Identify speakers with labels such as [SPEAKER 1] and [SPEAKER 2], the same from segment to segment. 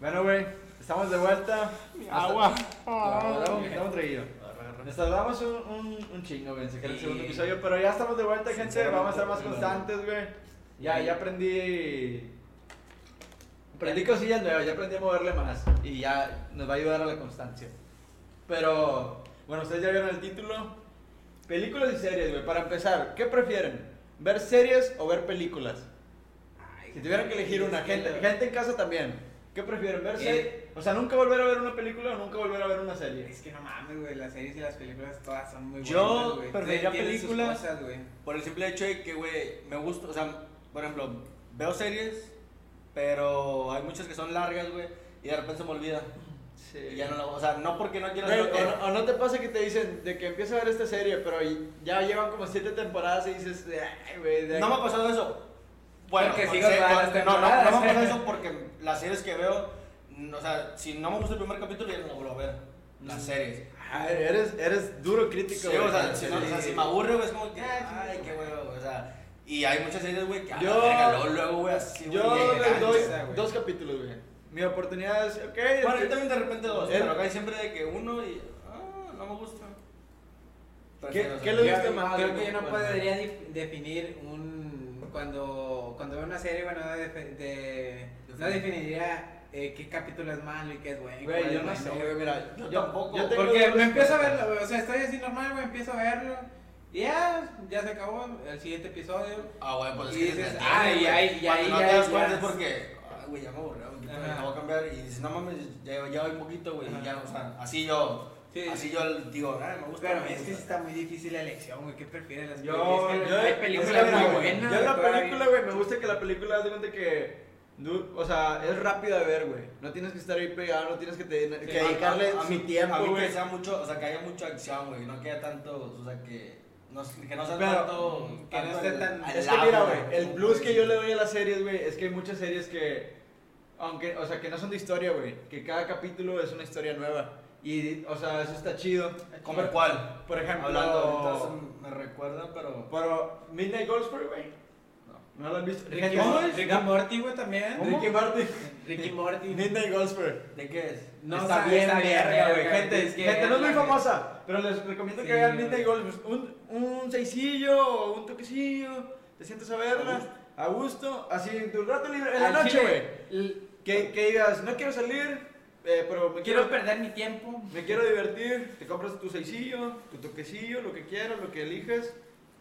[SPEAKER 1] Bueno, güey, estamos de vuelta.
[SPEAKER 2] Agua.
[SPEAKER 1] Estamos traídos. Nos tardamos un chingo, güey, en sacar el segundo episodio, pero ya estamos de vuelta, gente. Vamos a estar más constantes, güey. Ya aprendí cosillas nuevas, ya aprendí a moverle más y ya nos va a ayudar a la constancia. Pero, bueno, ustedes ya vieron el título. Películas y series, güey. Para empezar, ¿qué prefieren? ¿Ver series o ver películas? Si tuvieran que elegir una, gente en casa también. ¿Qué prefieren? ¿Ver series? O sea, ¿nunca volver a ver una película o nunca volver a ver una serie?
[SPEAKER 2] Es que no mames, güey, las series y las películas todas son muy buenas,
[SPEAKER 3] Yo
[SPEAKER 2] güey.
[SPEAKER 3] preferiría
[SPEAKER 2] Tienen sus
[SPEAKER 3] películas
[SPEAKER 2] cosas, güey.
[SPEAKER 3] por el simple hecho de que, güey, me gusta, o sea, por ejemplo, veo series, pero hay muchas que son largas, güey, y de repente se me olvida.
[SPEAKER 1] Sí.
[SPEAKER 3] Y ya no la, o sea, no porque no quiero
[SPEAKER 1] Güey,
[SPEAKER 3] hacer
[SPEAKER 1] o no te pasa que te dicen de que empieza a ver esta serie, pero ya llevan como 7 temporadas y dices, ay, güey.
[SPEAKER 3] No me ha pasado eso. Bueno,
[SPEAKER 2] Porque
[SPEAKER 3] pues,
[SPEAKER 2] sigo todas las
[SPEAKER 3] no
[SPEAKER 2] temporadas.
[SPEAKER 3] me ha pasado eso porque las series que veo, o sea, si no me gusta el primer capítulo, ya no lo vuelvo a ver. Las series.
[SPEAKER 1] Eres duro crítico,
[SPEAKER 3] Sí,
[SPEAKER 1] güey.
[SPEAKER 3] o sea, si me aburre, güey, es como que, ay, qué huevo, güey, o sea. Y hay muchas series, güey, que luego, güey, así, güey.
[SPEAKER 1] Yo
[SPEAKER 3] que
[SPEAKER 1] les doy
[SPEAKER 3] engancha, güey.
[SPEAKER 1] 2 capítulos, güey. Mi oportunidad es, ok.
[SPEAKER 3] Bueno, yo también de repente 2,
[SPEAKER 1] El-
[SPEAKER 3] pero acá hay siempre de que uno y, no me gusta.
[SPEAKER 1] ¿Qué le gusta más?
[SPEAKER 2] Creo que yo no
[SPEAKER 1] Bueno.
[SPEAKER 2] podría definir cuando veo una serie, bueno, no definiría qué capítulo es malo y qué es bueno.
[SPEAKER 1] Güey,
[SPEAKER 2] cuál
[SPEAKER 1] yo
[SPEAKER 2] es
[SPEAKER 1] no sé,
[SPEAKER 2] bueno.
[SPEAKER 1] güey, mira.
[SPEAKER 3] Yo tampoco.
[SPEAKER 1] yo tengo
[SPEAKER 2] Porque
[SPEAKER 1] dos
[SPEAKER 2] me empiezo a
[SPEAKER 1] respuestas.
[SPEAKER 2] verlo, güey, o sea, estoy así normal, güey, empiezo a verlo. Y ya se acabó el siguiente episodio.
[SPEAKER 3] Güey, pues es
[SPEAKER 2] Y
[SPEAKER 3] que
[SPEAKER 2] dices,
[SPEAKER 3] se
[SPEAKER 2] y
[SPEAKER 3] güey.
[SPEAKER 2] ahí,
[SPEAKER 3] Cuando no
[SPEAKER 2] ya,
[SPEAKER 3] te das
[SPEAKER 2] ya.
[SPEAKER 3] cuenta es porque, güey, ya me aburrió, güey,
[SPEAKER 2] Ajá.
[SPEAKER 3] ya voy a cambiar. Y dices, no mames, ya voy poquito, güey, y
[SPEAKER 2] Ajá.
[SPEAKER 3] ya, o sea, así yo digo, me gusta.
[SPEAKER 2] Pero
[SPEAKER 3] me
[SPEAKER 2] es que sí
[SPEAKER 3] gusta.
[SPEAKER 2] está muy difícil la elección, güey, ¿qué prefieres? Las
[SPEAKER 1] Yo,
[SPEAKER 2] películas?
[SPEAKER 1] yo,
[SPEAKER 2] Hay
[SPEAKER 1] es
[SPEAKER 2] películas
[SPEAKER 1] que,
[SPEAKER 2] muy
[SPEAKER 1] mira,
[SPEAKER 2] buenas.
[SPEAKER 1] Yo en la
[SPEAKER 2] todavía.
[SPEAKER 1] película, güey, me gusta que la película haz de cuenta que, o sea, es rápida de ver, güey. No tienes que estar ahí pegado, no tienes que dedicarle
[SPEAKER 3] a
[SPEAKER 1] su
[SPEAKER 3] mí
[SPEAKER 1] tiempo,
[SPEAKER 3] que
[SPEAKER 1] güey.
[SPEAKER 3] sea mucho, o sea, que haya mucha acción, güey, no que haya tanto, o sea, que no sea
[SPEAKER 1] Pero,
[SPEAKER 3] tanto,
[SPEAKER 2] que no esté tan-
[SPEAKER 1] Es que mira, güey, el plus que yo le doy a las series, güey, es que hay muchas series que, aunque, o sea, que no son de historia, güey, que cada capítulo es una historia nueva. Y, o sea, eso está chido.
[SPEAKER 3] ¿Cómo cuál?
[SPEAKER 1] Por ejemplo,
[SPEAKER 3] Hablando ahorita me recuerda, pero
[SPEAKER 1] Midnight Gospel, güey. No lo han visto.
[SPEAKER 2] Ricky Morty, güey, también.
[SPEAKER 1] Ricky Martin.
[SPEAKER 2] Ricky Morty.
[SPEAKER 1] Midnight Gospel.
[SPEAKER 3] ¿de qué es?
[SPEAKER 2] No,
[SPEAKER 1] está bien verga, güey. Gente,
[SPEAKER 2] es que
[SPEAKER 1] gente no es muy
[SPEAKER 2] verla,
[SPEAKER 1] famosa, pero les recomiendo que
[SPEAKER 2] Sí,
[SPEAKER 1] vean
[SPEAKER 2] güey.
[SPEAKER 1] Midnight Gospel. Un seisillo o un toquecillo. Te sientes a verla. A gusto. Así, tu rato libre. En la
[SPEAKER 2] Al
[SPEAKER 1] noche,
[SPEAKER 2] chile,
[SPEAKER 1] güey. Que digas, no quiero salir, pero me
[SPEAKER 2] Quiero perder mi tiempo.
[SPEAKER 1] Me quiero divertir, te compras tu seisillo, tu toquecillo, lo que quieras, lo que eliges.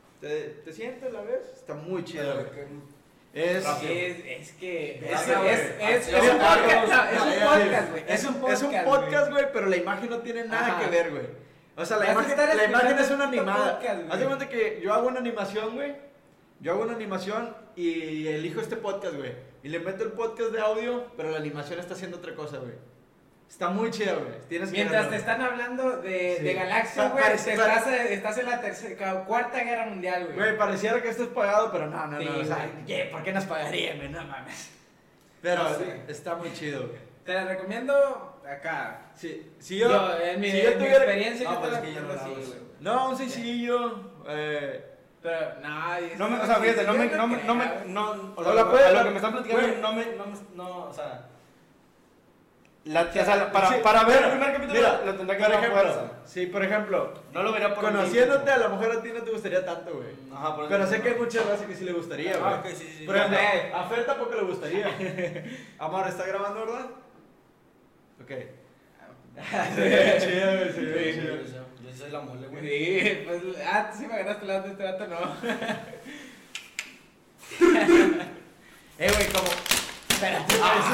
[SPEAKER 1] Te sientes, la ves, está muy chido, güey. Es
[SPEAKER 2] Es que
[SPEAKER 1] Es-
[SPEAKER 2] es
[SPEAKER 1] es
[SPEAKER 2] un
[SPEAKER 1] un
[SPEAKER 2] podcast, güey.
[SPEAKER 1] Es un podcast, güey, pero la imagen no tiene nada
[SPEAKER 2] Ajá.
[SPEAKER 1] que ver, güey. O sea, la
[SPEAKER 2] Vas a
[SPEAKER 1] imagen,
[SPEAKER 2] estar
[SPEAKER 1] la imagen es
[SPEAKER 2] escuchando
[SPEAKER 1] una animada.
[SPEAKER 2] podcast, güey.
[SPEAKER 1] Haz de cuenta que yo hago una animación, güey. Yo hago una animación y elijo este podcast, güey. Y le meto el podcast de audio, pero la animación está haciendo otra cosa, güey. Está muy chido, güey. Tienes que
[SPEAKER 2] Mientras
[SPEAKER 1] verlo.
[SPEAKER 2] te están hablando
[SPEAKER 1] Sí.
[SPEAKER 2] de galaxia, güey,
[SPEAKER 1] Parece-
[SPEAKER 2] estás en la cuarta guerra mundial, güey.
[SPEAKER 1] Güey, pareciera que esto es pagado, pero no,
[SPEAKER 2] Sí,
[SPEAKER 1] o sea,
[SPEAKER 2] güey.
[SPEAKER 1] ¿qué? ¿Por qué nos pagarían, güey? No mames. Pero
[SPEAKER 2] No, sí.
[SPEAKER 1] está muy chido, güey.
[SPEAKER 2] Te la recomiendo acá.
[SPEAKER 1] Si
[SPEAKER 2] Yo, en mi,
[SPEAKER 1] si yo
[SPEAKER 2] en mi
[SPEAKER 1] tuviera-
[SPEAKER 2] experiencia,
[SPEAKER 3] No,
[SPEAKER 2] yo te
[SPEAKER 3] pues
[SPEAKER 2] la
[SPEAKER 3] es que yo no
[SPEAKER 2] recomiendo
[SPEAKER 3] la
[SPEAKER 2] así,
[SPEAKER 3] hago.
[SPEAKER 2] güey.
[SPEAKER 1] No, un sencillo.
[SPEAKER 2] Pero, no,
[SPEAKER 3] No me, o sea, fíjate, no me,
[SPEAKER 2] yo
[SPEAKER 3] no me, no me,
[SPEAKER 2] creo.
[SPEAKER 3] no, o
[SPEAKER 1] O
[SPEAKER 3] sea,
[SPEAKER 1] la puedes-
[SPEAKER 3] a lo que me están platicando,
[SPEAKER 1] güey.
[SPEAKER 3] no, o sea, para
[SPEAKER 1] Sí,
[SPEAKER 3] ver
[SPEAKER 1] mira,
[SPEAKER 3] el primer capítulo
[SPEAKER 1] mira,
[SPEAKER 3] lo tendrá que
[SPEAKER 1] por
[SPEAKER 3] ver a
[SPEAKER 1] ejemplo,
[SPEAKER 3] fuerza.
[SPEAKER 1] sí, por ejemplo,
[SPEAKER 3] No lo vería por
[SPEAKER 1] conociéndote, a lo mejor a ti no te gustaría tanto, güey.
[SPEAKER 3] Ajá, por eso.
[SPEAKER 1] Pero sé que hay muchas veces que sí le gustaría, güey.
[SPEAKER 3] Ok, sí.
[SPEAKER 1] Por ejemplo,
[SPEAKER 2] Güey.
[SPEAKER 1] a Fer tampoco le gustaría. Amor, ¿está grabando, verdad? Ok. Se ve chido, güey, se ve
[SPEAKER 3] Sí,
[SPEAKER 1] chido.
[SPEAKER 3] yo soy la mole, güey.
[SPEAKER 2] Sí, pues, tú sí me ganaste la de este dato, no.
[SPEAKER 1] Güey, como. Espérate,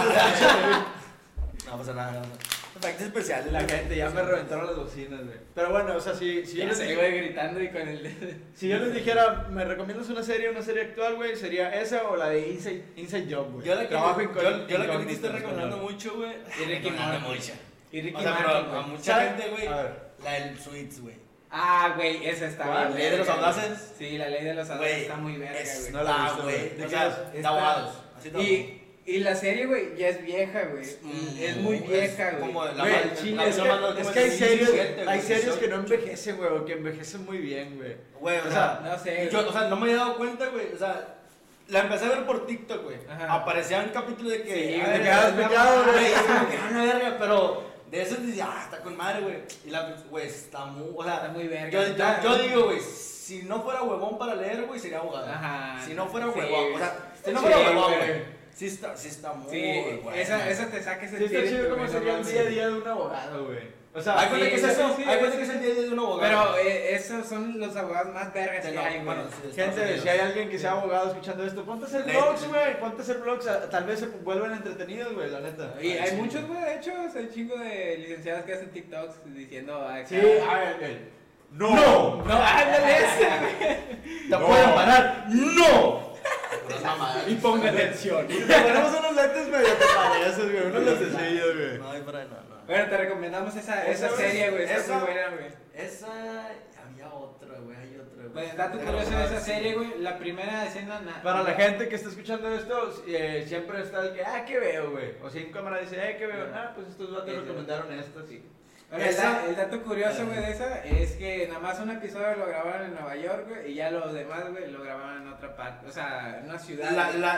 [SPEAKER 3] No pasa nada, no. Efectos especiales,
[SPEAKER 1] la
[SPEAKER 3] güey.
[SPEAKER 1] gente ya me reventaron las bocinas, güey. Pero bueno, o sea, si yo
[SPEAKER 2] Ya
[SPEAKER 1] les
[SPEAKER 2] sé,
[SPEAKER 1] dije-
[SPEAKER 2] güey, gritando y con el...
[SPEAKER 1] si yo les dijera, ¿me recomiendas una serie actual, güey? Sería esa o la de Inside Job, güey.
[SPEAKER 3] Yo la que
[SPEAKER 1] Trabajo
[SPEAKER 3] yo la que ahorita
[SPEAKER 1] incógnito
[SPEAKER 3] estoy
[SPEAKER 1] en
[SPEAKER 3] recomendando
[SPEAKER 1] español.
[SPEAKER 3] mucho, güey.
[SPEAKER 2] Y Ricky
[SPEAKER 3] Recomendando
[SPEAKER 2] Martin.
[SPEAKER 3] mucho.
[SPEAKER 2] Y Ricky
[SPEAKER 3] O sea, pero
[SPEAKER 2] Martin,
[SPEAKER 3] a
[SPEAKER 2] güey.
[SPEAKER 3] mucha
[SPEAKER 1] ¿Sabe?
[SPEAKER 3] gente, güey.
[SPEAKER 1] A ver.
[SPEAKER 3] La del Sweets, güey.
[SPEAKER 2] Ah, güey, esa está
[SPEAKER 1] ¿Cuál?
[SPEAKER 2] bien.
[SPEAKER 3] ¿Ley de los
[SPEAKER 2] verga,
[SPEAKER 3] audaces?
[SPEAKER 2] güey. Sí, la ley de los audaces
[SPEAKER 3] Güey,
[SPEAKER 2] está muy verga, güey.
[SPEAKER 1] No la he visto,
[SPEAKER 3] güey.
[SPEAKER 1] güey. ¿De
[SPEAKER 3] O
[SPEAKER 1] qué
[SPEAKER 3] sea,
[SPEAKER 1] es?
[SPEAKER 3] de abogados. Así todo.
[SPEAKER 2] Y la serie, güey, ya es vieja, güey. Es muy vieja, güey.
[SPEAKER 3] como la
[SPEAKER 1] Güey,
[SPEAKER 3] mal-
[SPEAKER 1] chile,
[SPEAKER 3] la
[SPEAKER 1] es
[SPEAKER 3] versión más-
[SPEAKER 1] que
[SPEAKER 3] como
[SPEAKER 1] hay
[SPEAKER 3] el
[SPEAKER 1] series,
[SPEAKER 3] 17,
[SPEAKER 1] hay
[SPEAKER 3] güey,
[SPEAKER 1] series
[SPEAKER 3] 18.
[SPEAKER 1] que no envejecen, güey, o que envejecen muy bien, güey.
[SPEAKER 3] Güey, o
[SPEAKER 1] O
[SPEAKER 3] sea,
[SPEAKER 2] No sé.
[SPEAKER 3] yo, o sea, no me había dado cuenta, güey. O sea, La empecé a ver por TikTok, güey.
[SPEAKER 2] Ajá.
[SPEAKER 3] Aparecían capítulos de que.
[SPEAKER 2] Sí,
[SPEAKER 3] ah,
[SPEAKER 2] de
[SPEAKER 3] de
[SPEAKER 2] que has
[SPEAKER 1] picado,
[SPEAKER 3] güey.
[SPEAKER 1] güey.
[SPEAKER 3] Es como que una verga, pero de eso decía, está con madre, güey. Y la, güey, está muy. O sea,
[SPEAKER 2] Está muy verga.
[SPEAKER 3] yo digo, güey, si no fuera huevón para leer, güey, sería abogado.
[SPEAKER 2] Ajá.
[SPEAKER 3] Si no fuera
[SPEAKER 2] Sí.
[SPEAKER 3] huevón, o sea, si no
[SPEAKER 2] Sí,
[SPEAKER 3] fuera huevón,
[SPEAKER 2] güey.
[SPEAKER 3] güey. Sí está muy,
[SPEAKER 2] Sí,
[SPEAKER 3] güey.
[SPEAKER 2] esa te saca ese
[SPEAKER 1] Sí, está
[SPEAKER 2] espíritu,
[SPEAKER 1] chido cómo
[SPEAKER 2] güey,
[SPEAKER 1] sería
[SPEAKER 2] no
[SPEAKER 1] el
[SPEAKER 2] mames.
[SPEAKER 1] día a día de un abogado, güey. O sea,
[SPEAKER 3] Hay cuenta
[SPEAKER 2] sí,
[SPEAKER 3] que es
[SPEAKER 2] sí,
[SPEAKER 3] eso,
[SPEAKER 2] sí,
[SPEAKER 3] hay cuenta
[SPEAKER 2] sí.
[SPEAKER 3] que es el día de un abogado.
[SPEAKER 2] Pero esos son los abogados más vergas
[SPEAKER 3] Sí,
[SPEAKER 2] que
[SPEAKER 3] no,
[SPEAKER 2] hay, güey.
[SPEAKER 3] bueno, sí, de Estados
[SPEAKER 1] gente,
[SPEAKER 3] Unidos.
[SPEAKER 1] si hay alguien que sea abogado escuchando esto, ponte a hacer
[SPEAKER 3] Le-
[SPEAKER 1] vlogs, güey. Ponte a hacer vlogs. Tal vez se vuelven entretenidos, güey, la neta.
[SPEAKER 2] Y hay
[SPEAKER 3] sí.
[SPEAKER 2] muchos, güey, de hecho, o sea, hay chingo de licenciados que hacen TikToks diciendo acá,
[SPEAKER 1] Sí, a ver, ¡no!
[SPEAKER 2] No, ándale ese, güey.
[SPEAKER 3] ¿Te pueden parar? ¡No!
[SPEAKER 2] Y ponga atención.
[SPEAKER 1] Te ponemos unos lentes medio que pareces, güey. Unos lentecillos, güey.
[SPEAKER 3] No, hay por ahí, no.
[SPEAKER 2] Bueno, te recomendamos esa
[SPEAKER 1] Esa,
[SPEAKER 2] serie, güey, está
[SPEAKER 3] esa-
[SPEAKER 2] muy buena, güey.
[SPEAKER 3] Esa. Había otra, güey, hay otra, güey.
[SPEAKER 2] Pues, dato curioso de esa serie, güey, la primera escena...
[SPEAKER 1] Para la gente que está escuchando esto, siempre está el que, ¿qué veo, güey? O si en cámara dice, ¿qué veo? Pues estos vatos recomendaron esto, sí.
[SPEAKER 2] Bueno,
[SPEAKER 3] Esa-
[SPEAKER 2] el dato curioso, güey, de esa es que nada más un episodio lo grabaron en Nueva York, güey, y ya los demás, güey, lo grabaron en otra parte, o sea, en una ciudad.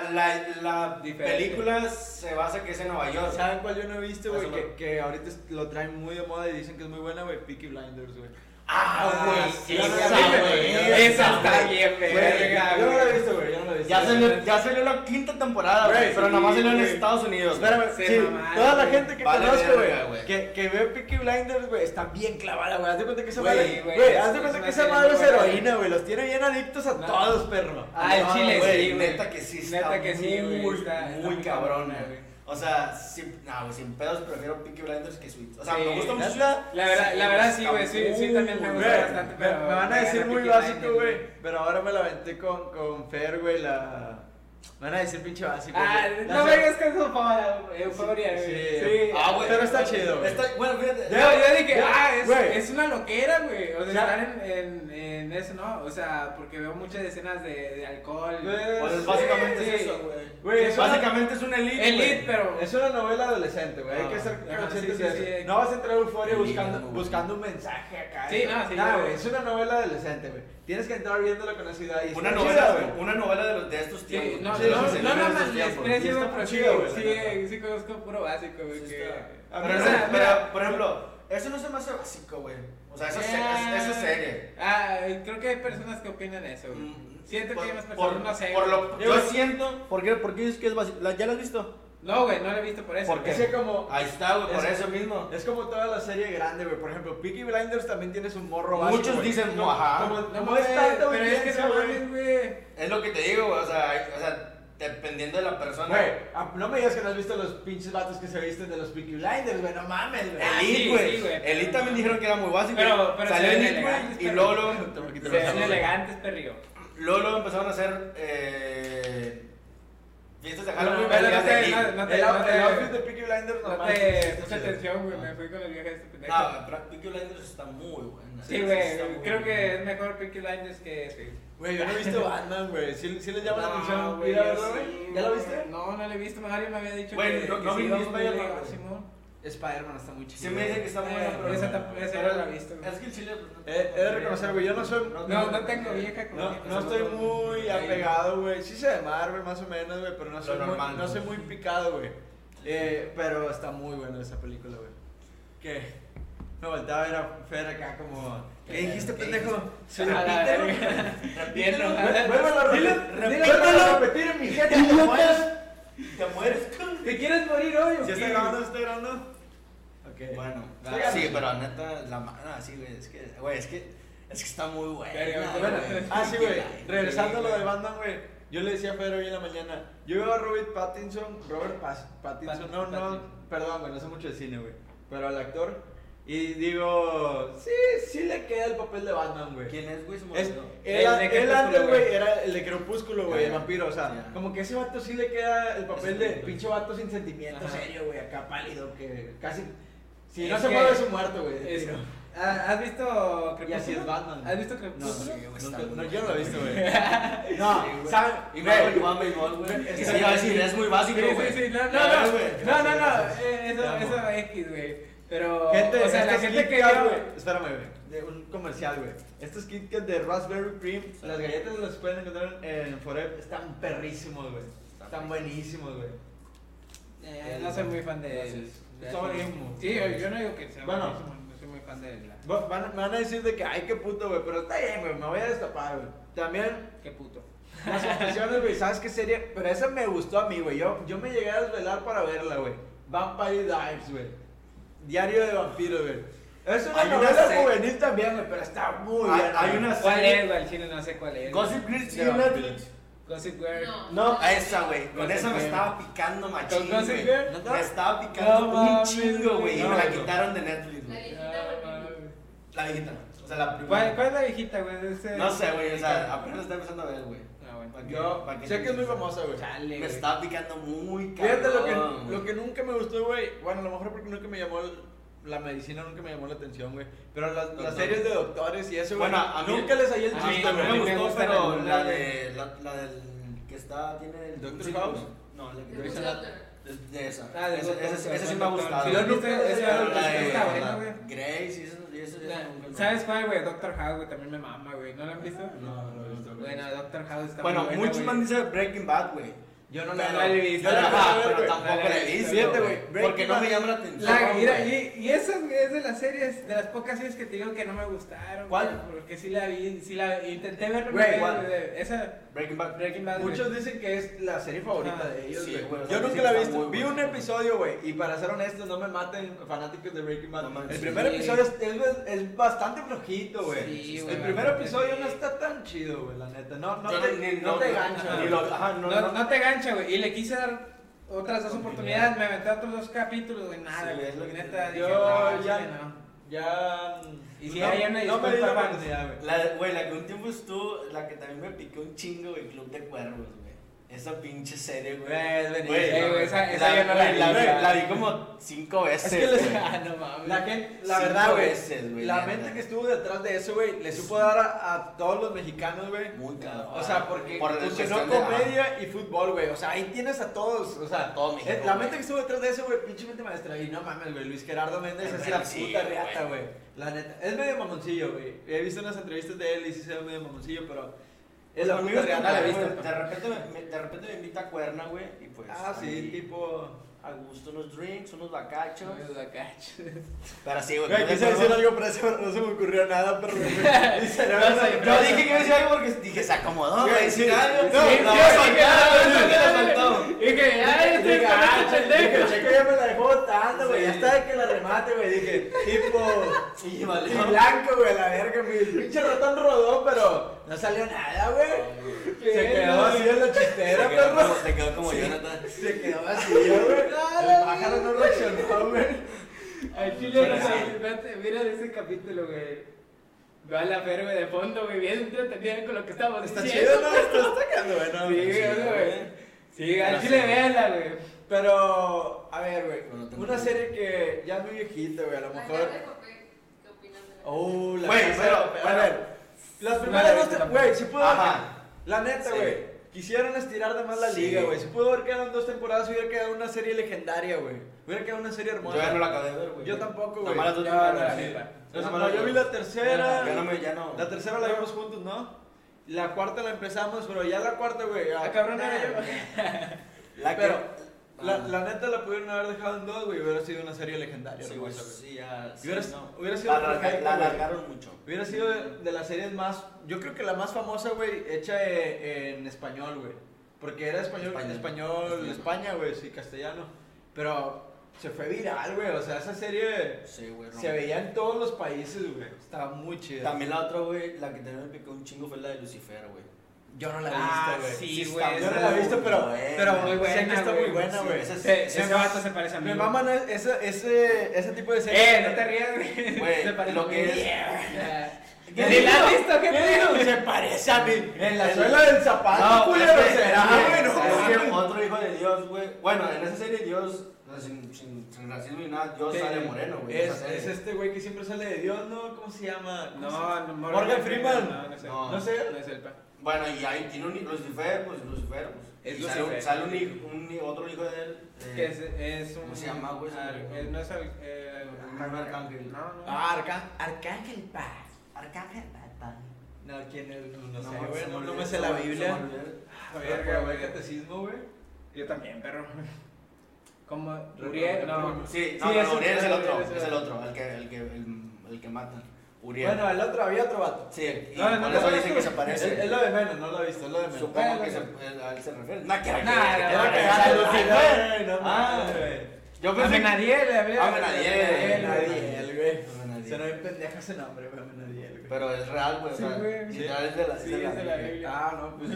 [SPEAKER 3] La
[SPEAKER 2] Diferente.
[SPEAKER 3] película se basa que es en Nueva York.
[SPEAKER 1] ¿Saben cuál yo no he visto, güey?
[SPEAKER 3] Eso no.
[SPEAKER 1] Que ahorita lo traen muy de moda y dicen que es muy buena, güey. Peaky Blinders, güey.
[SPEAKER 3] Güey,
[SPEAKER 1] sí,
[SPEAKER 3] esa,
[SPEAKER 1] güey.
[SPEAKER 2] Esa está bien,
[SPEAKER 1] Güey,
[SPEAKER 2] verga,
[SPEAKER 1] yo no la he
[SPEAKER 2] güey.
[SPEAKER 1] visto, güey. Yo no la he visto.
[SPEAKER 3] Ya salió la quinta temporada, güey,
[SPEAKER 1] Güey,
[SPEAKER 3] pero
[SPEAKER 1] sí,
[SPEAKER 3] nada más salió en
[SPEAKER 1] güey.
[SPEAKER 3] Estados Unidos.
[SPEAKER 1] Espérame,
[SPEAKER 2] Se
[SPEAKER 1] sí,
[SPEAKER 2] mamaron,
[SPEAKER 1] toda la
[SPEAKER 2] güey.
[SPEAKER 1] gente que
[SPEAKER 3] Vale
[SPEAKER 1] conozco,
[SPEAKER 3] verga,
[SPEAKER 1] güey,
[SPEAKER 3] güey.
[SPEAKER 1] que ve Peaky Blinders, güey, está bien clavada, güey. Haz de cuenta que esa
[SPEAKER 3] Güey,
[SPEAKER 1] madre,
[SPEAKER 2] güey,
[SPEAKER 1] güey,
[SPEAKER 2] es-
[SPEAKER 1] haz de
[SPEAKER 2] es
[SPEAKER 1] cuenta
[SPEAKER 2] una
[SPEAKER 1] que esa
[SPEAKER 2] serie
[SPEAKER 1] madre
[SPEAKER 2] muy
[SPEAKER 1] es
[SPEAKER 2] buena.
[SPEAKER 1] heroína, güey. Los tiene bien adictos a
[SPEAKER 2] No.
[SPEAKER 1] todos, perro.
[SPEAKER 2] Ah, el
[SPEAKER 3] No,
[SPEAKER 2] chile,
[SPEAKER 3] güey,
[SPEAKER 2] sí, güey.
[SPEAKER 3] neta que sí está
[SPEAKER 2] Neta que sí, güey,
[SPEAKER 3] muy,
[SPEAKER 2] está
[SPEAKER 3] muy cabrona,
[SPEAKER 2] güey.
[SPEAKER 3] güey. O sea, sin pedos prefiero Peaky Blinders que Sweet. O sea,
[SPEAKER 2] Sí,
[SPEAKER 3] me gusta mucho
[SPEAKER 1] neta.
[SPEAKER 3] Sweet.
[SPEAKER 2] La verdad sí,
[SPEAKER 3] está
[SPEAKER 2] güey, sí también me
[SPEAKER 3] muy
[SPEAKER 2] gusta
[SPEAKER 1] Güey,
[SPEAKER 2] bastante,
[SPEAKER 1] me
[SPEAKER 2] pero...
[SPEAKER 1] van a decir
[SPEAKER 2] gana
[SPEAKER 1] muy
[SPEAKER 2] Peaky
[SPEAKER 1] básico,
[SPEAKER 2] Blinders,
[SPEAKER 1] güey, pero ahora me la aventé con Fer, güey, me van a decir pinche básico.
[SPEAKER 2] Ah,
[SPEAKER 1] güey.
[SPEAKER 2] no vengas con su euforia, güey.
[SPEAKER 1] Sí.
[SPEAKER 2] Sí.
[SPEAKER 3] Ah, güey.
[SPEAKER 1] Pero está chido, güey.
[SPEAKER 3] Bueno, fíjate.
[SPEAKER 2] Yo dije,
[SPEAKER 1] Güey.
[SPEAKER 2] es una loquera, güey. O sea,
[SPEAKER 1] Ya.
[SPEAKER 2] estar en eso, ¿no? O sea, porque veo muchas escenas de alcohol.
[SPEAKER 1] Güey,
[SPEAKER 3] Pues básicamente
[SPEAKER 2] Sí.
[SPEAKER 3] es eso, güey.
[SPEAKER 1] Güey, es una-
[SPEAKER 3] Básicamente es un elite.
[SPEAKER 2] Elite,
[SPEAKER 3] güey.
[SPEAKER 2] pero.
[SPEAKER 1] Es una novela adolescente, güey. Hay que ser
[SPEAKER 2] Ajá,
[SPEAKER 1] conscientes
[SPEAKER 2] sí,
[SPEAKER 1] de
[SPEAKER 2] sí,
[SPEAKER 1] eso.
[SPEAKER 2] sí.
[SPEAKER 1] No vas a entrar a euforia
[SPEAKER 3] Sí,
[SPEAKER 1] buscando,
[SPEAKER 3] no,
[SPEAKER 1] buscando un mensaje acá.
[SPEAKER 2] Sí, no, sí,
[SPEAKER 1] Nada,
[SPEAKER 2] güey.
[SPEAKER 1] güey. Es una novela adolescente, güey. Tienes que entrar viéndolo con esa ciudad. Y
[SPEAKER 3] Una
[SPEAKER 1] está
[SPEAKER 3] novela,
[SPEAKER 1] chida, güey.
[SPEAKER 3] una novela de estos
[SPEAKER 2] Sí,
[SPEAKER 3] tiempos.
[SPEAKER 2] no,
[SPEAKER 1] Sí,
[SPEAKER 2] no,
[SPEAKER 1] sí, sí,
[SPEAKER 2] no,
[SPEAKER 1] sí,
[SPEAKER 2] nada
[SPEAKER 1] sí,
[SPEAKER 2] más
[SPEAKER 1] sí,
[SPEAKER 2] les
[SPEAKER 1] sí,
[SPEAKER 2] precio,
[SPEAKER 1] está
[SPEAKER 2] pero
[SPEAKER 1] muy
[SPEAKER 2] sí,
[SPEAKER 1] chido, güey,
[SPEAKER 2] sí conozco puro básico, güey.
[SPEAKER 3] Sí
[SPEAKER 2] que-
[SPEAKER 3] está.
[SPEAKER 1] A
[SPEAKER 3] Pero,
[SPEAKER 1] mí,
[SPEAKER 2] o sea,
[SPEAKER 3] pero,
[SPEAKER 2] mira,
[SPEAKER 3] por ejemplo, eso no se me hace básico, güey. O sea, eso es serie.
[SPEAKER 2] Creo que hay personas que opinan eso, güey. Siento que hay más
[SPEAKER 3] Por-
[SPEAKER 2] personas, no sé.
[SPEAKER 3] por
[SPEAKER 2] güey.
[SPEAKER 3] lo, yo siento. ¿Por qué dices que es básico? ¿Ya lo has visto?
[SPEAKER 2] No, güey, no lo he visto por eso.
[SPEAKER 3] ¿Por qué?
[SPEAKER 1] Es que como.
[SPEAKER 3] Ahí está, güey, por
[SPEAKER 1] Es-
[SPEAKER 3] eso mismo.
[SPEAKER 1] Es como toda la serie grande, güey. Por ejemplo, Peaky Blinders también tiene su morro básico.
[SPEAKER 3] Muchos
[SPEAKER 1] güey.
[SPEAKER 3] dicen,
[SPEAKER 1] No,
[SPEAKER 3] ajá.
[SPEAKER 1] Como,
[SPEAKER 2] No,
[SPEAKER 1] como es tanta
[SPEAKER 2] pero es que
[SPEAKER 1] audiencia,
[SPEAKER 2] no
[SPEAKER 1] güey.
[SPEAKER 2] mames, güey.
[SPEAKER 3] Es lo que te digo, güey. O sea, dependiendo de la persona.
[SPEAKER 1] Güey, no me digas que no has visto los pinches vatos que se visten de los Peaky Blinders, güey. No mames, güey.
[SPEAKER 2] Ah,
[SPEAKER 3] Elite,
[SPEAKER 2] sí,
[SPEAKER 3] güey.
[SPEAKER 2] sí, güey,
[SPEAKER 3] Elite
[SPEAKER 2] pero-
[SPEAKER 3] también dijeron que era muy básico.
[SPEAKER 2] Pero
[SPEAKER 3] Salió
[SPEAKER 2] se ven
[SPEAKER 3] Elite, güey.
[SPEAKER 2] elegantes,
[SPEAKER 3] Y
[SPEAKER 2] pero-
[SPEAKER 3] luego,
[SPEAKER 1] Te voy a quitar
[SPEAKER 2] Se
[SPEAKER 1] los
[SPEAKER 2] ven
[SPEAKER 1] zapatos.
[SPEAKER 2] elegantes, perrillo.
[SPEAKER 3] luego empezaron a hacer fiestas de Halloween.
[SPEAKER 2] Pero
[SPEAKER 3] vestidas de Elite.
[SPEAKER 1] El outfit de Peaky Blinders
[SPEAKER 2] No
[SPEAKER 1] normal.
[SPEAKER 2] te puse atención, güey. Me fui con el viaje de este pendejo.
[SPEAKER 3] No, pero Peaky Blinders está muy buena.
[SPEAKER 2] Sí,
[SPEAKER 3] está
[SPEAKER 2] güey.
[SPEAKER 3] muy
[SPEAKER 2] Creo
[SPEAKER 3] buena.
[SPEAKER 2] que es mejor Peaky Blinders que sí.
[SPEAKER 1] Güey, yo no he visto Batman, güey. ¿Sí les llama la
[SPEAKER 2] No,
[SPEAKER 1] atención
[SPEAKER 2] güey,
[SPEAKER 1] ir a
[SPEAKER 2] yo
[SPEAKER 1] verlo,
[SPEAKER 2] sí,
[SPEAKER 1] güey? ¿Ya lo
[SPEAKER 2] güey.
[SPEAKER 1] viste?
[SPEAKER 2] No, no lo he visto. Mario me había dicho
[SPEAKER 3] Güey,
[SPEAKER 2] que
[SPEAKER 3] no
[SPEAKER 2] sí,
[SPEAKER 3] vi
[SPEAKER 2] vamos
[SPEAKER 3] Spider-Man,
[SPEAKER 2] a ver,
[SPEAKER 3] güey.
[SPEAKER 2] Simón.
[SPEAKER 1] Spider-Man está muy chido.
[SPEAKER 3] Sí me dicen que está muy buena, pero
[SPEAKER 2] esa no la he visto, güey.
[SPEAKER 3] Es que el chile.
[SPEAKER 1] He de reconocer, güey, yo no soy.
[SPEAKER 2] No tengo vieja como que-
[SPEAKER 1] No estoy muy apegado, güey. Sí sé de Marvel, más o menos, güey, pero no soy,
[SPEAKER 3] Lo normal,
[SPEAKER 1] no
[SPEAKER 3] ¿no?
[SPEAKER 1] soy muy picado, güey. Pero está muy buena esa película, güey. ¿Qué? Me volteaba a ver a Fer acá como... ¿Qué dijiste, pendejo?
[SPEAKER 2] A la verga. Bien
[SPEAKER 3] Repítelo.
[SPEAKER 2] enojado.
[SPEAKER 1] Vuélvelo a
[SPEAKER 3] Repítelo.
[SPEAKER 1] repetir en mi gente, te mueres.
[SPEAKER 3] Te mueres.
[SPEAKER 2] ¿Te quieres morir hoy o
[SPEAKER 1] ¿Sí está
[SPEAKER 2] qué?
[SPEAKER 1] grabando? ¿Está grabando? Ok.
[SPEAKER 3] Bueno,
[SPEAKER 1] Síganos.
[SPEAKER 3] sí, pero neta, la mano así, güey. Es que está muy buena.
[SPEAKER 2] Pero,
[SPEAKER 1] Bueno,
[SPEAKER 3] güey.
[SPEAKER 1] sí, güey. Regresando a lo de Batman, güey. Yo le decía a Fer hoy en la mañana. Yo veo a Robert Pattinson. Pattinson. No, perdón, güey. No sé mucho de cine, güey. Pero al actor. Y digo, sí le queda el papel de Batman, güey.
[SPEAKER 3] ¿Quién es, güey? Se me
[SPEAKER 1] Es,
[SPEAKER 3] olvidó.
[SPEAKER 2] El de
[SPEAKER 1] él
[SPEAKER 2] Crepúsculo,
[SPEAKER 1] antes,
[SPEAKER 2] güey.
[SPEAKER 1] güey, era el de Crepúsculo, güey, el
[SPEAKER 3] Ya.
[SPEAKER 1] vampiro. O sea,
[SPEAKER 3] Ya.
[SPEAKER 1] como que ese vato sí le queda el papel de
[SPEAKER 3] Ese-
[SPEAKER 1] pinche vato sin sentimiento,
[SPEAKER 2] Ajá.
[SPEAKER 1] serio, güey, acá pálido, que casi. Si
[SPEAKER 2] Es
[SPEAKER 1] no se
[SPEAKER 2] que-
[SPEAKER 1] mueve, es muerto, güey. de
[SPEAKER 2] Es-
[SPEAKER 1] tiro.
[SPEAKER 2] ¿Has visto Crepúsculo?
[SPEAKER 1] Y así es Batman.
[SPEAKER 2] ¿Has visto
[SPEAKER 1] No,
[SPEAKER 2] Crepúsculo?
[SPEAKER 3] sí, güey, está
[SPEAKER 1] nunca-
[SPEAKER 3] muy
[SPEAKER 1] no, yo no lo he visto, güey.
[SPEAKER 3] Sí,
[SPEAKER 1] No,
[SPEAKER 3] güey.
[SPEAKER 1] ¿saben?
[SPEAKER 3] Y
[SPEAKER 1] Güey,
[SPEAKER 3] más porque juegan béisbol, güey.
[SPEAKER 1] Es
[SPEAKER 3] Y
[SPEAKER 1] que-
[SPEAKER 3] sí, iba a decir, es muy básico,
[SPEAKER 2] Sí,
[SPEAKER 3] güey.
[SPEAKER 2] sí, sí, no,
[SPEAKER 3] Ya,
[SPEAKER 2] no,
[SPEAKER 3] güey.
[SPEAKER 2] eso
[SPEAKER 1] Te amo.
[SPEAKER 2] X, güey. Pero,
[SPEAKER 1] Gente,
[SPEAKER 2] o sea, la
[SPEAKER 1] este
[SPEAKER 2] gente
[SPEAKER 1] Kit
[SPEAKER 2] que
[SPEAKER 1] Kat,
[SPEAKER 2] vio,
[SPEAKER 1] güey. Espérame, güey. De un comercial, güey. Estos Kit Kat de Raspberry Cream, las galletas las pueden encontrar en Forever. Están perrísimos, güey. Están buenísimos, güey.
[SPEAKER 2] No soy muy fan de...
[SPEAKER 1] Está buenísimo.
[SPEAKER 2] Sí, yo no digo que sea
[SPEAKER 1] Bueno.
[SPEAKER 2] buenísimo, no soy muy fan de la...
[SPEAKER 1] Me van a decir de que, ay, qué puto, güey. Pero está bien, güey. Me voy a destapar, güey. También
[SPEAKER 2] Qué puto.
[SPEAKER 1] las confesiones, güey. ¿Sabes qué serie? Pero esa me gustó a mí, güey. Yo me llegué a desvelar para verla, güey. Vampire Diaries, güey. Diario de vampiros, güey. Es una
[SPEAKER 3] Hay una
[SPEAKER 1] novela
[SPEAKER 3] serie-
[SPEAKER 1] juvenil también, güey. Pero está muy bien.
[SPEAKER 3] Hay
[SPEAKER 1] güey.
[SPEAKER 3] una
[SPEAKER 2] ¿Cuál
[SPEAKER 3] serie.
[SPEAKER 2] es, güey? Al chile no sé cuál es.
[SPEAKER 3] Gossip Girl, sí,
[SPEAKER 1] De
[SPEAKER 3] en Netflix.
[SPEAKER 2] Gossip Girl.
[SPEAKER 4] No.
[SPEAKER 3] No, a esa, güey. Con
[SPEAKER 2] Gossip
[SPEAKER 3] esa me
[SPEAKER 2] Girl.
[SPEAKER 3] estaba picando machín,
[SPEAKER 2] ¿Con Gossip
[SPEAKER 3] güey.
[SPEAKER 2] Girl?
[SPEAKER 3] Me estaba picando
[SPEAKER 2] No
[SPEAKER 3] un
[SPEAKER 2] mames,
[SPEAKER 3] chingo, güey. Y
[SPEAKER 2] no,
[SPEAKER 3] me la
[SPEAKER 2] no.
[SPEAKER 3] quitaron de Netflix,
[SPEAKER 4] La
[SPEAKER 3] güey.
[SPEAKER 4] viejita porque
[SPEAKER 3] La viejita. O sea, la
[SPEAKER 2] ¿Cuál,
[SPEAKER 3] primera.
[SPEAKER 2] cuál es la viejita, güey? De ese-
[SPEAKER 3] No sé, güey. O sea, apenas está empezando a ver, güey.
[SPEAKER 2] Ah, bueno.
[SPEAKER 3] Pa'
[SPEAKER 1] Yo
[SPEAKER 3] pa'
[SPEAKER 1] sé que es muy famosa, güey.
[SPEAKER 2] Chale,
[SPEAKER 3] Me
[SPEAKER 2] güey.
[SPEAKER 3] estaba picando muy
[SPEAKER 1] Fíjate
[SPEAKER 3] cabrón.
[SPEAKER 1] lo que nunca me gustó, güey. Bueno, a lo mejor porque nunca me llamó la medicina, nunca me llamó la atención, güey. Pero las
[SPEAKER 3] Doctor.
[SPEAKER 1] series de doctores y eso, güey.
[SPEAKER 3] Bueno, a mí-
[SPEAKER 1] nunca les hallé el
[SPEAKER 2] a mí
[SPEAKER 1] chiste,
[SPEAKER 3] A mí
[SPEAKER 1] güey.
[SPEAKER 3] me gustó,
[SPEAKER 2] gusta
[SPEAKER 3] pero
[SPEAKER 2] la-
[SPEAKER 3] la de. La del. Que está. Tiene el.
[SPEAKER 1] ¿Doctor
[SPEAKER 3] un
[SPEAKER 1] House?
[SPEAKER 3] círculo. No, la que
[SPEAKER 4] Grey's
[SPEAKER 3] de
[SPEAKER 4] Anatomy.
[SPEAKER 3] de esa.
[SPEAKER 2] Ah, de
[SPEAKER 3] Esa
[SPEAKER 2] Doctor,
[SPEAKER 3] esa sí me ha
[SPEAKER 2] Doctor.
[SPEAKER 3] gustado.
[SPEAKER 2] Sí,
[SPEAKER 1] Yo
[SPEAKER 2] ¿lo viste?
[SPEAKER 1] nunca-
[SPEAKER 2] Ese
[SPEAKER 3] Pero
[SPEAKER 2] Doctor
[SPEAKER 3] la de-
[SPEAKER 2] está bueno,
[SPEAKER 3] la-
[SPEAKER 2] güey.
[SPEAKER 3] Grace y eso ya nunca lo-
[SPEAKER 2] ¿Sabes cuál, güey? Doctor House, güey, también me mama, güey. ¿No lo han visto?
[SPEAKER 1] No, no he visto, güey.
[SPEAKER 2] Bueno, Doctor House está
[SPEAKER 3] Bueno,
[SPEAKER 2] muy buena,
[SPEAKER 3] muchos
[SPEAKER 2] güey.
[SPEAKER 3] me han dicho Breaking Bad, güey.
[SPEAKER 1] Yo no
[SPEAKER 2] Pero
[SPEAKER 1] la
[SPEAKER 2] no la he visto.
[SPEAKER 1] Yo la
[SPEAKER 3] Ajá,
[SPEAKER 1] empecé a ver,
[SPEAKER 3] pero
[SPEAKER 1] güey.
[SPEAKER 3] tampoco
[SPEAKER 2] No la he
[SPEAKER 3] la he visto.
[SPEAKER 1] Fíjate,
[SPEAKER 3] güey.
[SPEAKER 1] güey,
[SPEAKER 3] Porque no me
[SPEAKER 1] Breaking
[SPEAKER 3] llama la
[SPEAKER 1] Bad-
[SPEAKER 3] atención.
[SPEAKER 2] Mira,
[SPEAKER 3] güey.
[SPEAKER 2] y esas, güey, es de las series, de las pocas series que te digo que no me gustaron.
[SPEAKER 1] ¿Cuál?
[SPEAKER 2] güey, Porque sí la vi, intenté verlo.
[SPEAKER 1] Güey,
[SPEAKER 3] ¿cuál?
[SPEAKER 2] Esa,
[SPEAKER 3] Breaking Bad.
[SPEAKER 2] Breaking Bad. güey.
[SPEAKER 1] Muchos dicen que es la serie favorita
[SPEAKER 2] Ajá.
[SPEAKER 1] de ellos,
[SPEAKER 3] Sí,
[SPEAKER 1] güey.
[SPEAKER 3] güey, o sea,
[SPEAKER 1] Yo
[SPEAKER 3] que
[SPEAKER 1] nunca
[SPEAKER 3] sí
[SPEAKER 1] la he
[SPEAKER 3] está
[SPEAKER 1] visto.
[SPEAKER 3] muy
[SPEAKER 1] Vi un
[SPEAKER 3] buena.
[SPEAKER 1] episodio, güey. Y para ser honesto, no me maten fanáticos de Breaking Bad.
[SPEAKER 3] No mames,
[SPEAKER 1] El
[SPEAKER 3] sí.
[SPEAKER 1] primer episodio es bastante flojito, güey.
[SPEAKER 2] Sí,
[SPEAKER 1] El
[SPEAKER 2] güey,
[SPEAKER 1] primer
[SPEAKER 2] bastante.
[SPEAKER 1] episodio no está tan chido, güey, la neta. No
[SPEAKER 3] Yo
[SPEAKER 1] no te gancha,
[SPEAKER 3] ni
[SPEAKER 1] güey.
[SPEAKER 3] lo- ajá,
[SPEAKER 2] No te gancha, güey. Y le quise dar otras dos oportunidades, me aventé otros dos capítulos, güey. Nada,
[SPEAKER 3] Sí,
[SPEAKER 2] güey.
[SPEAKER 3] es lo que
[SPEAKER 2] Neta,
[SPEAKER 3] te-
[SPEAKER 2] dije,
[SPEAKER 1] Yo
[SPEAKER 2] no,
[SPEAKER 1] ya,
[SPEAKER 2] chile, no.
[SPEAKER 1] ya.
[SPEAKER 2] Y si
[SPEAKER 1] no,
[SPEAKER 2] hay una
[SPEAKER 1] no me di
[SPEAKER 2] disculpa,
[SPEAKER 1] la
[SPEAKER 2] fans.
[SPEAKER 1] oportunidad, güey.
[SPEAKER 3] La que un tiempo estuvo, la que también me picó un chingo, güey, Club de Cuervos, güey. Esa pinche serie, güey.
[SPEAKER 1] Es buenísima,
[SPEAKER 2] güey, esa yo no la vi,
[SPEAKER 3] la,
[SPEAKER 2] güey.
[SPEAKER 3] la vi como 5 veces.
[SPEAKER 1] Es que les-
[SPEAKER 3] güey.
[SPEAKER 2] Ah, no mames.
[SPEAKER 1] La gente, la
[SPEAKER 3] 5
[SPEAKER 1] verdad, güey,
[SPEAKER 3] veces, güey,
[SPEAKER 1] la
[SPEAKER 3] neta.
[SPEAKER 1] mente que estuvo detrás de eso, güey, le supo dar a todos los mexicanos, güey.
[SPEAKER 3] Muy cabrón.
[SPEAKER 1] O sea, porque
[SPEAKER 3] Por la
[SPEAKER 1] fusionó
[SPEAKER 3] cuestión de-
[SPEAKER 1] comedia y fútbol, güey. O sea, ahí tienes a todos, o sea,
[SPEAKER 3] Todo México,
[SPEAKER 1] la
[SPEAKER 3] güey.
[SPEAKER 1] mente que estuvo detrás de eso, güey, pinche mente maestra. Y no mames, güey, Luis Gerardo Méndez es la
[SPEAKER 3] Sí,
[SPEAKER 1] puta
[SPEAKER 3] güey.
[SPEAKER 1] reata, güey. La neta, es medio mamoncillo, güey. He visto unas entrevistas de él y sí se ve medio mamoncillo, pero es la
[SPEAKER 3] Conmigo
[SPEAKER 1] puta
[SPEAKER 3] es
[SPEAKER 1] reata,
[SPEAKER 3] como,
[SPEAKER 1] la he
[SPEAKER 3] güey,
[SPEAKER 1] visto.
[SPEAKER 3] de repente me invita a Cuerna, güey, y pues.
[SPEAKER 1] Ah, sí,
[SPEAKER 3] ahí,
[SPEAKER 1] tipo.
[SPEAKER 3] A gusto, unos drinks, unos bacachos.
[SPEAKER 2] No, la cacho.
[SPEAKER 3] Pero sí, güey.
[SPEAKER 1] Güey,
[SPEAKER 3] Club de
[SPEAKER 1] quise decir
[SPEAKER 3] Cuervos-
[SPEAKER 1] algo, pero eso no se me ocurrió nada, pero.
[SPEAKER 3] Yo dije que iba a decir algo porque dije, se acomodó,
[SPEAKER 1] Sí,
[SPEAKER 3] güey.
[SPEAKER 1] sí,
[SPEAKER 3] Sí, algo.
[SPEAKER 1] sí,
[SPEAKER 3] No,
[SPEAKER 1] sí,
[SPEAKER 3] no,
[SPEAKER 1] sí,
[SPEAKER 3] soltó,
[SPEAKER 2] Y que, ay, estoy
[SPEAKER 1] Dije,
[SPEAKER 2] con
[SPEAKER 1] ah,
[SPEAKER 2] este
[SPEAKER 1] dije,
[SPEAKER 2] pendejo.
[SPEAKER 1] Checo ya me la dejó botando, güey.
[SPEAKER 3] Sí.
[SPEAKER 1] Ya está de que la remate, güey. Dije, tipo.
[SPEAKER 3] Y
[SPEAKER 1] Y
[SPEAKER 3] valió.
[SPEAKER 1] blanco, güey, la verga, mi pinche ratón rodó, pero no salió nada, güey. Se quedó así en la chistera, perro.
[SPEAKER 3] Se quedó como Jonathan.
[SPEAKER 1] Se quedó vacío, güey. El pájaro no reaccionó, güey.
[SPEAKER 2] Al chile,
[SPEAKER 3] Pero sí.
[SPEAKER 2] güey, mira ese capítulo, güey. Va a la fer, güey, de fondo, güey, bien entretenido con lo que estamos
[SPEAKER 1] Está
[SPEAKER 2] diciendo.
[SPEAKER 1] chido, ¿no? Está quedando bueno.
[SPEAKER 2] Sí, güey. Sí, al
[SPEAKER 3] Pero
[SPEAKER 2] chile,
[SPEAKER 3] sí.
[SPEAKER 2] véanla, güey.
[SPEAKER 1] Pero, a ver, güey.
[SPEAKER 3] Bueno, tengo
[SPEAKER 1] Una
[SPEAKER 3] que-
[SPEAKER 1] serie que ya es muy viejita, güey. A lo
[SPEAKER 4] La
[SPEAKER 1] mejor.
[SPEAKER 4] Casa de Papel, ¿qué opinas de la
[SPEAKER 1] Oh, la
[SPEAKER 3] Güey,
[SPEAKER 1] casa-
[SPEAKER 3] pero-
[SPEAKER 1] a ver, las
[SPEAKER 2] No
[SPEAKER 1] primeras
[SPEAKER 2] la he
[SPEAKER 1] dos,
[SPEAKER 2] visto tampoco.
[SPEAKER 1] güey, sí pudo
[SPEAKER 3] Ajá.
[SPEAKER 1] haber, la neta,
[SPEAKER 3] Sí.
[SPEAKER 1] güey, quisieron estirar de más la
[SPEAKER 3] Sí.
[SPEAKER 1] liga, güey, si pudo haber quedado en 2 temporadas, hubiera quedado una serie legendaria, güey, hubiera quedado una serie
[SPEAKER 3] Yo
[SPEAKER 1] hermosa.
[SPEAKER 3] ya no la acabé de ver, güey.
[SPEAKER 1] Yo tampoco, güey.
[SPEAKER 3] Nomás las dos
[SPEAKER 2] Yo
[SPEAKER 3] primeras,
[SPEAKER 2] no la
[SPEAKER 3] sí.
[SPEAKER 2] vi, pa.
[SPEAKER 3] Esas
[SPEAKER 1] No,
[SPEAKER 3] nomás
[SPEAKER 1] yo
[SPEAKER 3] las
[SPEAKER 1] vi
[SPEAKER 3] dos.
[SPEAKER 1] la tercera,
[SPEAKER 3] Ya no.
[SPEAKER 1] la tercera la vimos juntos, ¿no? La cuarta la empezamos, pero ya la cuarta, güey,
[SPEAKER 2] Ah, cabrón,
[SPEAKER 1] nah,
[SPEAKER 2] era yo.
[SPEAKER 3] La que.
[SPEAKER 1] pero la neta la pudieron haber dejado en 2, güey, hubiera sido una serie legendaria,
[SPEAKER 3] Sí, güey,
[SPEAKER 1] hermosa, güey.
[SPEAKER 3] sí, ya. sí,
[SPEAKER 1] Hubiera,
[SPEAKER 3] no.
[SPEAKER 1] hubiera sido perfecto,
[SPEAKER 3] La
[SPEAKER 1] güey.
[SPEAKER 3] alargaron mucho.
[SPEAKER 1] Hubiera sido de las series más, yo creo que la más famosa, güey, hecha en español, güey. Porque era español,
[SPEAKER 3] Español.
[SPEAKER 1] España, güey, sí, castellano. Pero se fue viral, güey. O sea, esa serie
[SPEAKER 3] Sí, güey. no.
[SPEAKER 1] se veía en todos los países, güey. Estaba muy chida.
[SPEAKER 3] También la otra, güey, la que también me picó un chingo fue la de Lucifer, güey.
[SPEAKER 1] Yo no la he
[SPEAKER 2] Ah,
[SPEAKER 1] visto, güey.
[SPEAKER 2] sí,
[SPEAKER 3] Sí,
[SPEAKER 2] güey.
[SPEAKER 3] está
[SPEAKER 1] Yo no
[SPEAKER 3] muy
[SPEAKER 1] la he visto, pero,
[SPEAKER 3] buena.
[SPEAKER 1] pero
[SPEAKER 2] Muy buena,
[SPEAKER 1] sé que está
[SPEAKER 2] güey.
[SPEAKER 1] muy buena,
[SPEAKER 3] Sí,
[SPEAKER 1] güey.
[SPEAKER 3] esa es-
[SPEAKER 2] Ese vato se parece a mí.
[SPEAKER 1] Me
[SPEAKER 2] güey.
[SPEAKER 1] maman ese tipo de series.
[SPEAKER 2] No te rías, güey.
[SPEAKER 3] Güey,
[SPEAKER 2] Se parece
[SPEAKER 3] lo
[SPEAKER 2] a mí.
[SPEAKER 3] que es-
[SPEAKER 2] ¿Qué ¿Ni la has visto? ¿Qué
[SPEAKER 1] ¿Qué
[SPEAKER 2] pedo?
[SPEAKER 1] digo? Se parece a mí. En la suela del zapato, culero,
[SPEAKER 3] es que-
[SPEAKER 1] será, güey, no
[SPEAKER 3] es que
[SPEAKER 1] mames.
[SPEAKER 3] otro hijo de Dios, güey. Bueno, en esa serie Dios, o sea, sin racismo ni nada, Dios
[SPEAKER 1] Sí,
[SPEAKER 3] sale moreno, güey. en esa
[SPEAKER 1] Es
[SPEAKER 3] serie.
[SPEAKER 1] este güey que siempre sale de Dios, ¿no? ¿Cómo se llama?
[SPEAKER 2] No,
[SPEAKER 1] Morgan Freeman.
[SPEAKER 2] No, no sé.
[SPEAKER 3] No.
[SPEAKER 1] No sé.
[SPEAKER 2] No es el pa.
[SPEAKER 3] Bueno, y ahí tiene un hijo, Lucifer, pues.
[SPEAKER 2] Es
[SPEAKER 3] Y
[SPEAKER 2] Lucifer.
[SPEAKER 3] Sale otro hijo de él.
[SPEAKER 2] Que es un.
[SPEAKER 3] ¿Cómo se llama, güey?
[SPEAKER 2] Él no es el.
[SPEAKER 3] Un arcángel.
[SPEAKER 2] No, no.
[SPEAKER 1] Ah, Arcángel Paz.
[SPEAKER 3] Arcángel, Natán.
[SPEAKER 1] No, ¿quién es? No sé,
[SPEAKER 3] No,
[SPEAKER 1] güey.
[SPEAKER 3] se me
[SPEAKER 1] No
[SPEAKER 3] olvidó,
[SPEAKER 1] me sé
[SPEAKER 3] se
[SPEAKER 1] la
[SPEAKER 3] me
[SPEAKER 1] Biblia.
[SPEAKER 3] olvidó.
[SPEAKER 2] Verga, güey.
[SPEAKER 1] Catecismo, güey.
[SPEAKER 2] Yo también, perro. Como
[SPEAKER 1] Uriel,
[SPEAKER 2] Uriel, no.
[SPEAKER 3] Sí,
[SPEAKER 2] es
[SPEAKER 3] Uriel es el otro,
[SPEAKER 2] Uriel,
[SPEAKER 3] es el otro, el que matan. Uriel.
[SPEAKER 1] Bueno, el otro, había otro vato.
[SPEAKER 3] Sí, y
[SPEAKER 2] No, no,
[SPEAKER 3] por
[SPEAKER 2] no,
[SPEAKER 3] eso
[SPEAKER 2] no,
[SPEAKER 3] dicen
[SPEAKER 2] no.
[SPEAKER 3] que se parece.
[SPEAKER 1] Es lo de menos, no lo he visto, es lo de menos.
[SPEAKER 3] Supongo que
[SPEAKER 2] Bueno,
[SPEAKER 3] a él se refiere. No, que era
[SPEAKER 2] Nah,
[SPEAKER 3] que
[SPEAKER 2] no,
[SPEAKER 3] era
[SPEAKER 2] no,
[SPEAKER 3] que
[SPEAKER 2] no,
[SPEAKER 3] Lucifer.
[SPEAKER 1] no,
[SPEAKER 3] Ah, yo pensé que...
[SPEAKER 2] Amenadiel,
[SPEAKER 3] Amenadiel,
[SPEAKER 1] Amenadiel, güey.
[SPEAKER 3] Amenadiel.
[SPEAKER 1] Se no hay pendejo ese nombre, güey, Amenadiel, güey.
[SPEAKER 3] Pero es real, güey. O
[SPEAKER 2] Sí,
[SPEAKER 3] sea,
[SPEAKER 2] güey.
[SPEAKER 3] literal es de la,
[SPEAKER 2] Sí, es de la Biblia.
[SPEAKER 1] Ah, no, pues.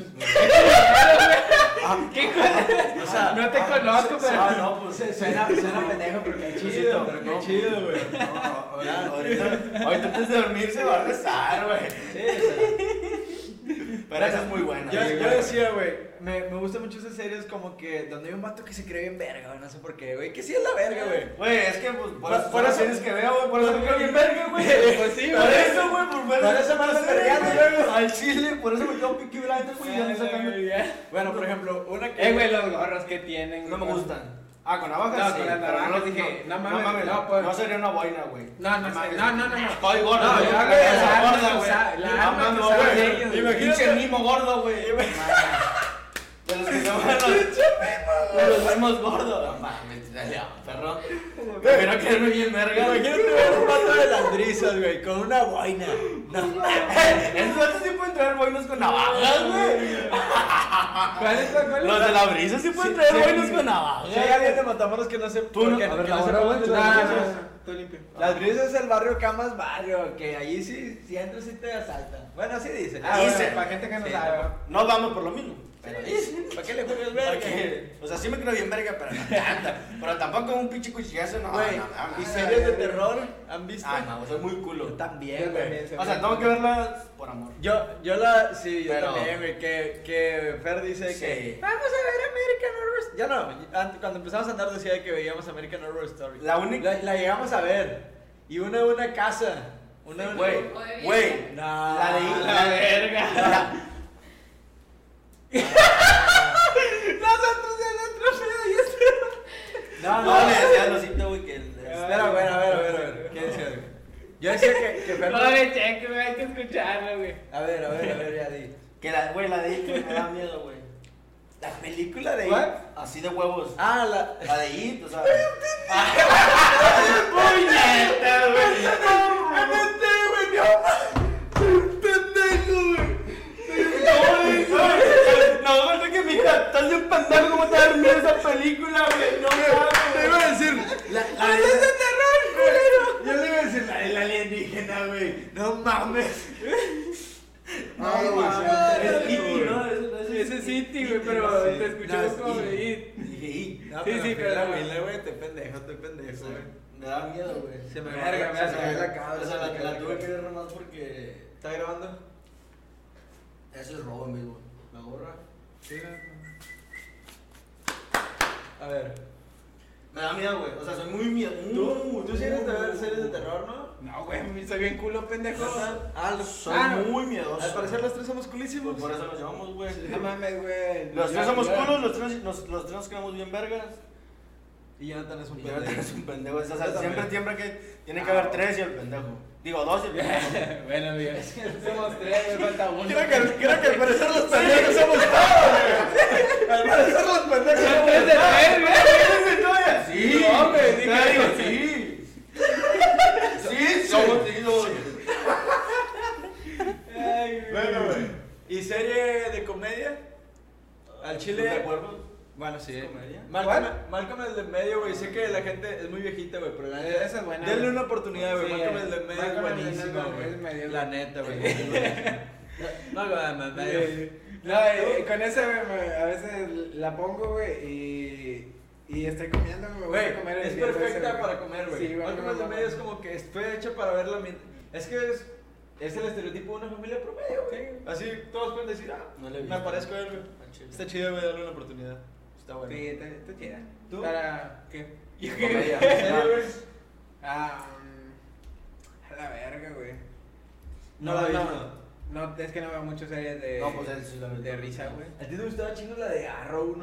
[SPEAKER 2] ¿Qué cosa?
[SPEAKER 1] O sea,
[SPEAKER 2] No te conozco, pero.
[SPEAKER 3] Ah, no, pues...
[SPEAKER 1] Suena pendejo, pero qué chido, pero qué chido, güey.
[SPEAKER 3] No, ahorita antes de dormir se va a rezar, güey.
[SPEAKER 1] Sí, o sea.
[SPEAKER 3] Pero esa es muy buena.
[SPEAKER 1] Yo
[SPEAKER 3] güey.
[SPEAKER 1] decía, güey, me gustan mucho esas series como que donde hay un vato que se cree bien verga, güey, no sé por qué, güey, que sí es la verga, güey.
[SPEAKER 3] Güey, es que pues,
[SPEAKER 1] Por
[SPEAKER 3] por las
[SPEAKER 1] eso-
[SPEAKER 3] series que veo, güey, por eso me quedo bien verga, güey.
[SPEAKER 1] Pues sí,
[SPEAKER 3] Por
[SPEAKER 1] güey.
[SPEAKER 3] eso, güey,
[SPEAKER 1] Por eso me ando vergueando, güey.
[SPEAKER 3] Al chile, por eso me quedo Peaky Blinders, güey, ya no sacando.
[SPEAKER 1] Bueno, por ejemplo, una que...
[SPEAKER 2] Güey, los gorros que tienen.
[SPEAKER 3] No me
[SPEAKER 2] güey.
[SPEAKER 3] gustan. Ah, con navajas
[SPEAKER 2] No,
[SPEAKER 3] sí.
[SPEAKER 2] con las
[SPEAKER 3] pero
[SPEAKER 2] navajas dije, no mames, no, pues.
[SPEAKER 3] no sería una boina, güey.
[SPEAKER 2] No, no,
[SPEAKER 3] mames.
[SPEAKER 2] no.
[SPEAKER 3] Estoy gordo,
[SPEAKER 2] No,
[SPEAKER 3] güey.
[SPEAKER 2] yo hablo de
[SPEAKER 3] Esa
[SPEAKER 2] la arma
[SPEAKER 3] gorda,
[SPEAKER 2] que
[SPEAKER 3] güey.
[SPEAKER 2] usa- la
[SPEAKER 3] No
[SPEAKER 2] arma que
[SPEAKER 3] mames,
[SPEAKER 2] usaban
[SPEAKER 3] güey.
[SPEAKER 2] ellos, güey.
[SPEAKER 3] Pinche mimo gordo, güey. De los que se llaman los mimos gordos. No mames, ya, perro. Prefiero quedarme bien verga.
[SPEAKER 1] Imagínate ver un vato de las brisas, güey, con una boina. No,
[SPEAKER 3] Esos vatos sí pueden traer boinas con navajas, güey.
[SPEAKER 2] ¿Cuál es cuál?
[SPEAKER 3] Los de la brisa sí pueden traer boinas con navajas.
[SPEAKER 1] si hay alguien de Matamoros que no se...
[SPEAKER 3] Tú no-
[SPEAKER 1] que
[SPEAKER 3] a ver,
[SPEAKER 1] que no
[SPEAKER 3] la
[SPEAKER 1] sepa
[SPEAKER 3] verdad,
[SPEAKER 1] dónde
[SPEAKER 3] güey,
[SPEAKER 1] las
[SPEAKER 2] No,
[SPEAKER 1] brisas.
[SPEAKER 2] no, tú limpio.
[SPEAKER 1] Las brisas es el barrio acá más barrio, que allí sí, si entras y te asaltan. Bueno, así dicen.
[SPEAKER 2] Ah, bueno,
[SPEAKER 3] Dicen.
[SPEAKER 2] para gente que no
[SPEAKER 1] Sí,
[SPEAKER 2] sabe.
[SPEAKER 3] No vamos por lo mismo. Pero dicen.
[SPEAKER 1] ¿Para qué le juegas
[SPEAKER 3] ¿Para
[SPEAKER 1] verga?
[SPEAKER 3] qué? O sea, sí me creo bien verga, pero no tanta. Pero tampoco un pinche cuchillazo, no.
[SPEAKER 1] Güey,
[SPEAKER 3] no, no,
[SPEAKER 1] ¿y
[SPEAKER 3] no.
[SPEAKER 1] series de terror han visto?
[SPEAKER 3] Ay, no, soy muy
[SPEAKER 1] Yo
[SPEAKER 3] culo.
[SPEAKER 1] también,
[SPEAKER 2] Yo
[SPEAKER 1] güey.
[SPEAKER 2] también soy
[SPEAKER 3] O sea,
[SPEAKER 2] muy
[SPEAKER 3] tengo que verlas por amor.
[SPEAKER 1] Yo la, sí, yo
[SPEAKER 3] Pero-
[SPEAKER 1] también, güey, que Fer dice
[SPEAKER 3] Sí.
[SPEAKER 1] que vamos a ver American Horror Story. Ya no, cuando empezamos a andar decía que veíamos American Horror Story.
[SPEAKER 3] La única.
[SPEAKER 1] La llegamos a ver, y una casa, una...
[SPEAKER 3] Güey, güey.
[SPEAKER 1] No.
[SPEAKER 3] La de
[SPEAKER 2] La verga.
[SPEAKER 1] Nosotros y esto. No,
[SPEAKER 3] No, le decía a Losito, güey, que.
[SPEAKER 1] Espera, güey, a ver. ¿Qué decía, güey? Yo decía que Fer...
[SPEAKER 2] No le cheque, güey, hay que escucharlo, güey.
[SPEAKER 1] A ver, ya di.
[SPEAKER 3] Que la, güey, la de It me da miedo, güey.
[SPEAKER 1] La película de...
[SPEAKER 2] ¿Cuál?
[SPEAKER 3] Así de huevos.
[SPEAKER 1] Ah,
[SPEAKER 3] La de It, o sea.
[SPEAKER 2] ¡Puñeta, güey!
[SPEAKER 3] No, falta que mi hija, estás bien pendejo, ¿cómo te va a dormir esa película, güey? No
[SPEAKER 1] Te iba a
[SPEAKER 3] mames.
[SPEAKER 1] decir, la de terror, culero. Yo le iba a decir la del alienígena, güey. No mames.
[SPEAKER 3] No,
[SPEAKER 1] güey,
[SPEAKER 3] es
[SPEAKER 1] sí,
[SPEAKER 3] It, ¿no?
[SPEAKER 2] Ese es City, güey, pero
[SPEAKER 1] Sí.
[SPEAKER 2] te escuchamos
[SPEAKER 1] No,
[SPEAKER 2] como
[SPEAKER 1] sí.
[SPEAKER 2] de It.
[SPEAKER 3] Dije It.
[SPEAKER 1] No,
[SPEAKER 2] Sí,
[SPEAKER 1] pero
[SPEAKER 2] sí,
[SPEAKER 1] fue
[SPEAKER 2] pero
[SPEAKER 1] la
[SPEAKER 2] no.
[SPEAKER 1] Willa, güey, estoy pendejo, güey.
[SPEAKER 3] Me da miedo, güey.
[SPEAKER 1] Se me
[SPEAKER 2] Verga,
[SPEAKER 1] va
[SPEAKER 2] me
[SPEAKER 1] se
[SPEAKER 2] hace
[SPEAKER 1] me ve
[SPEAKER 2] la
[SPEAKER 1] la cabeza.
[SPEAKER 3] O sea,
[SPEAKER 1] se me
[SPEAKER 3] la
[SPEAKER 1] ve
[SPEAKER 3] tuve que ver nomás porque.
[SPEAKER 1] ¿Está grabando?
[SPEAKER 3] Eso es robo en vivo. La gorra.
[SPEAKER 2] Sí,
[SPEAKER 1] A ver.
[SPEAKER 3] Me da miedo, güey. O sea, soy muy miedo.
[SPEAKER 1] Tú sí eres de ver series de terror, ¿no?
[SPEAKER 2] no, güey, soy bien culo, pendejo.
[SPEAKER 3] Soy
[SPEAKER 2] Ah, no.
[SPEAKER 3] muy miedoso.
[SPEAKER 1] Al parecer los tres somos culísimos.
[SPEAKER 3] Por eso nos llevamos, güey.
[SPEAKER 2] No mames, güey.
[SPEAKER 3] Los tres
[SPEAKER 2] Ya,
[SPEAKER 3] somos
[SPEAKER 2] ya.
[SPEAKER 3] culos, los tres nos quedamos bien vergas.
[SPEAKER 1] Y Jonathan es un
[SPEAKER 3] Y ya
[SPEAKER 1] pendejo.
[SPEAKER 3] tienes un pendejo. O sea,
[SPEAKER 1] Yo también.
[SPEAKER 3] siempre que tiene que haber tres y el pendejo. Digo, dos y el pendejo.
[SPEAKER 2] Bueno, amigo. Somos tres, me falta uno.
[SPEAKER 1] Creo que al parecer los pendejos somos todos, güey. Al parecer los pendejos
[SPEAKER 2] Son
[SPEAKER 1] somos
[SPEAKER 2] tres de tres, güey.
[SPEAKER 3] Sí,
[SPEAKER 2] No, güey,
[SPEAKER 3] te
[SPEAKER 2] dije,
[SPEAKER 3] digo, sí. Sí, somos.
[SPEAKER 2] Ay, güey.
[SPEAKER 1] Bueno, güey. ¿Y serie de comedia? Al chile.
[SPEAKER 3] ¿De acuerdo?
[SPEAKER 1] Bueno, sí.
[SPEAKER 3] ¿Comedia?
[SPEAKER 1] Malcolm el de medio, güey. Sé que la gente es muy viejita, güey, pero la neta.
[SPEAKER 2] Esa es buena,
[SPEAKER 1] Denle
[SPEAKER 2] güey.
[SPEAKER 1] una oportunidad, güey.
[SPEAKER 2] Sí,
[SPEAKER 1] Malcolm el de medio es
[SPEAKER 2] Malcolm el de
[SPEAKER 1] buenísimo,
[SPEAKER 2] medio
[SPEAKER 1] güey.
[SPEAKER 2] es medio,
[SPEAKER 1] La
[SPEAKER 2] güey.
[SPEAKER 1] neta, güey. Malcolm el de medio.
[SPEAKER 2] No, con ese, güey, a veces la pongo, güey, y estoy comiendo, me voy
[SPEAKER 1] Güey,
[SPEAKER 2] a comer.
[SPEAKER 1] es
[SPEAKER 2] el viernes,
[SPEAKER 1] perfecta
[SPEAKER 2] güey.
[SPEAKER 1] para comer, güey.
[SPEAKER 2] Sí, güey.
[SPEAKER 1] Malcolm el de medio es como que fue hecha para verla mientras. Es que es el estereotipo de una familia promedio, güey.
[SPEAKER 2] Sí.
[SPEAKER 1] Así todos pueden decir,
[SPEAKER 3] No le he
[SPEAKER 1] me
[SPEAKER 3] visto.
[SPEAKER 1] parezco a él, güey. Está chido, güey, darle una oportunidad. Está bueno.
[SPEAKER 2] Sí, está chida.
[SPEAKER 1] ¿Tú?
[SPEAKER 2] ¿Para qué?
[SPEAKER 3] Comedia.
[SPEAKER 1] ¿En serio, güey?
[SPEAKER 2] Ah, a la verga, güey.
[SPEAKER 1] No la he visto.
[SPEAKER 2] No, es que no veo muchas series de,
[SPEAKER 3] No, pues él sí la ve.
[SPEAKER 2] de risa, güey.
[SPEAKER 1] ¿A ti te gustaba chingo la de Arrow, no?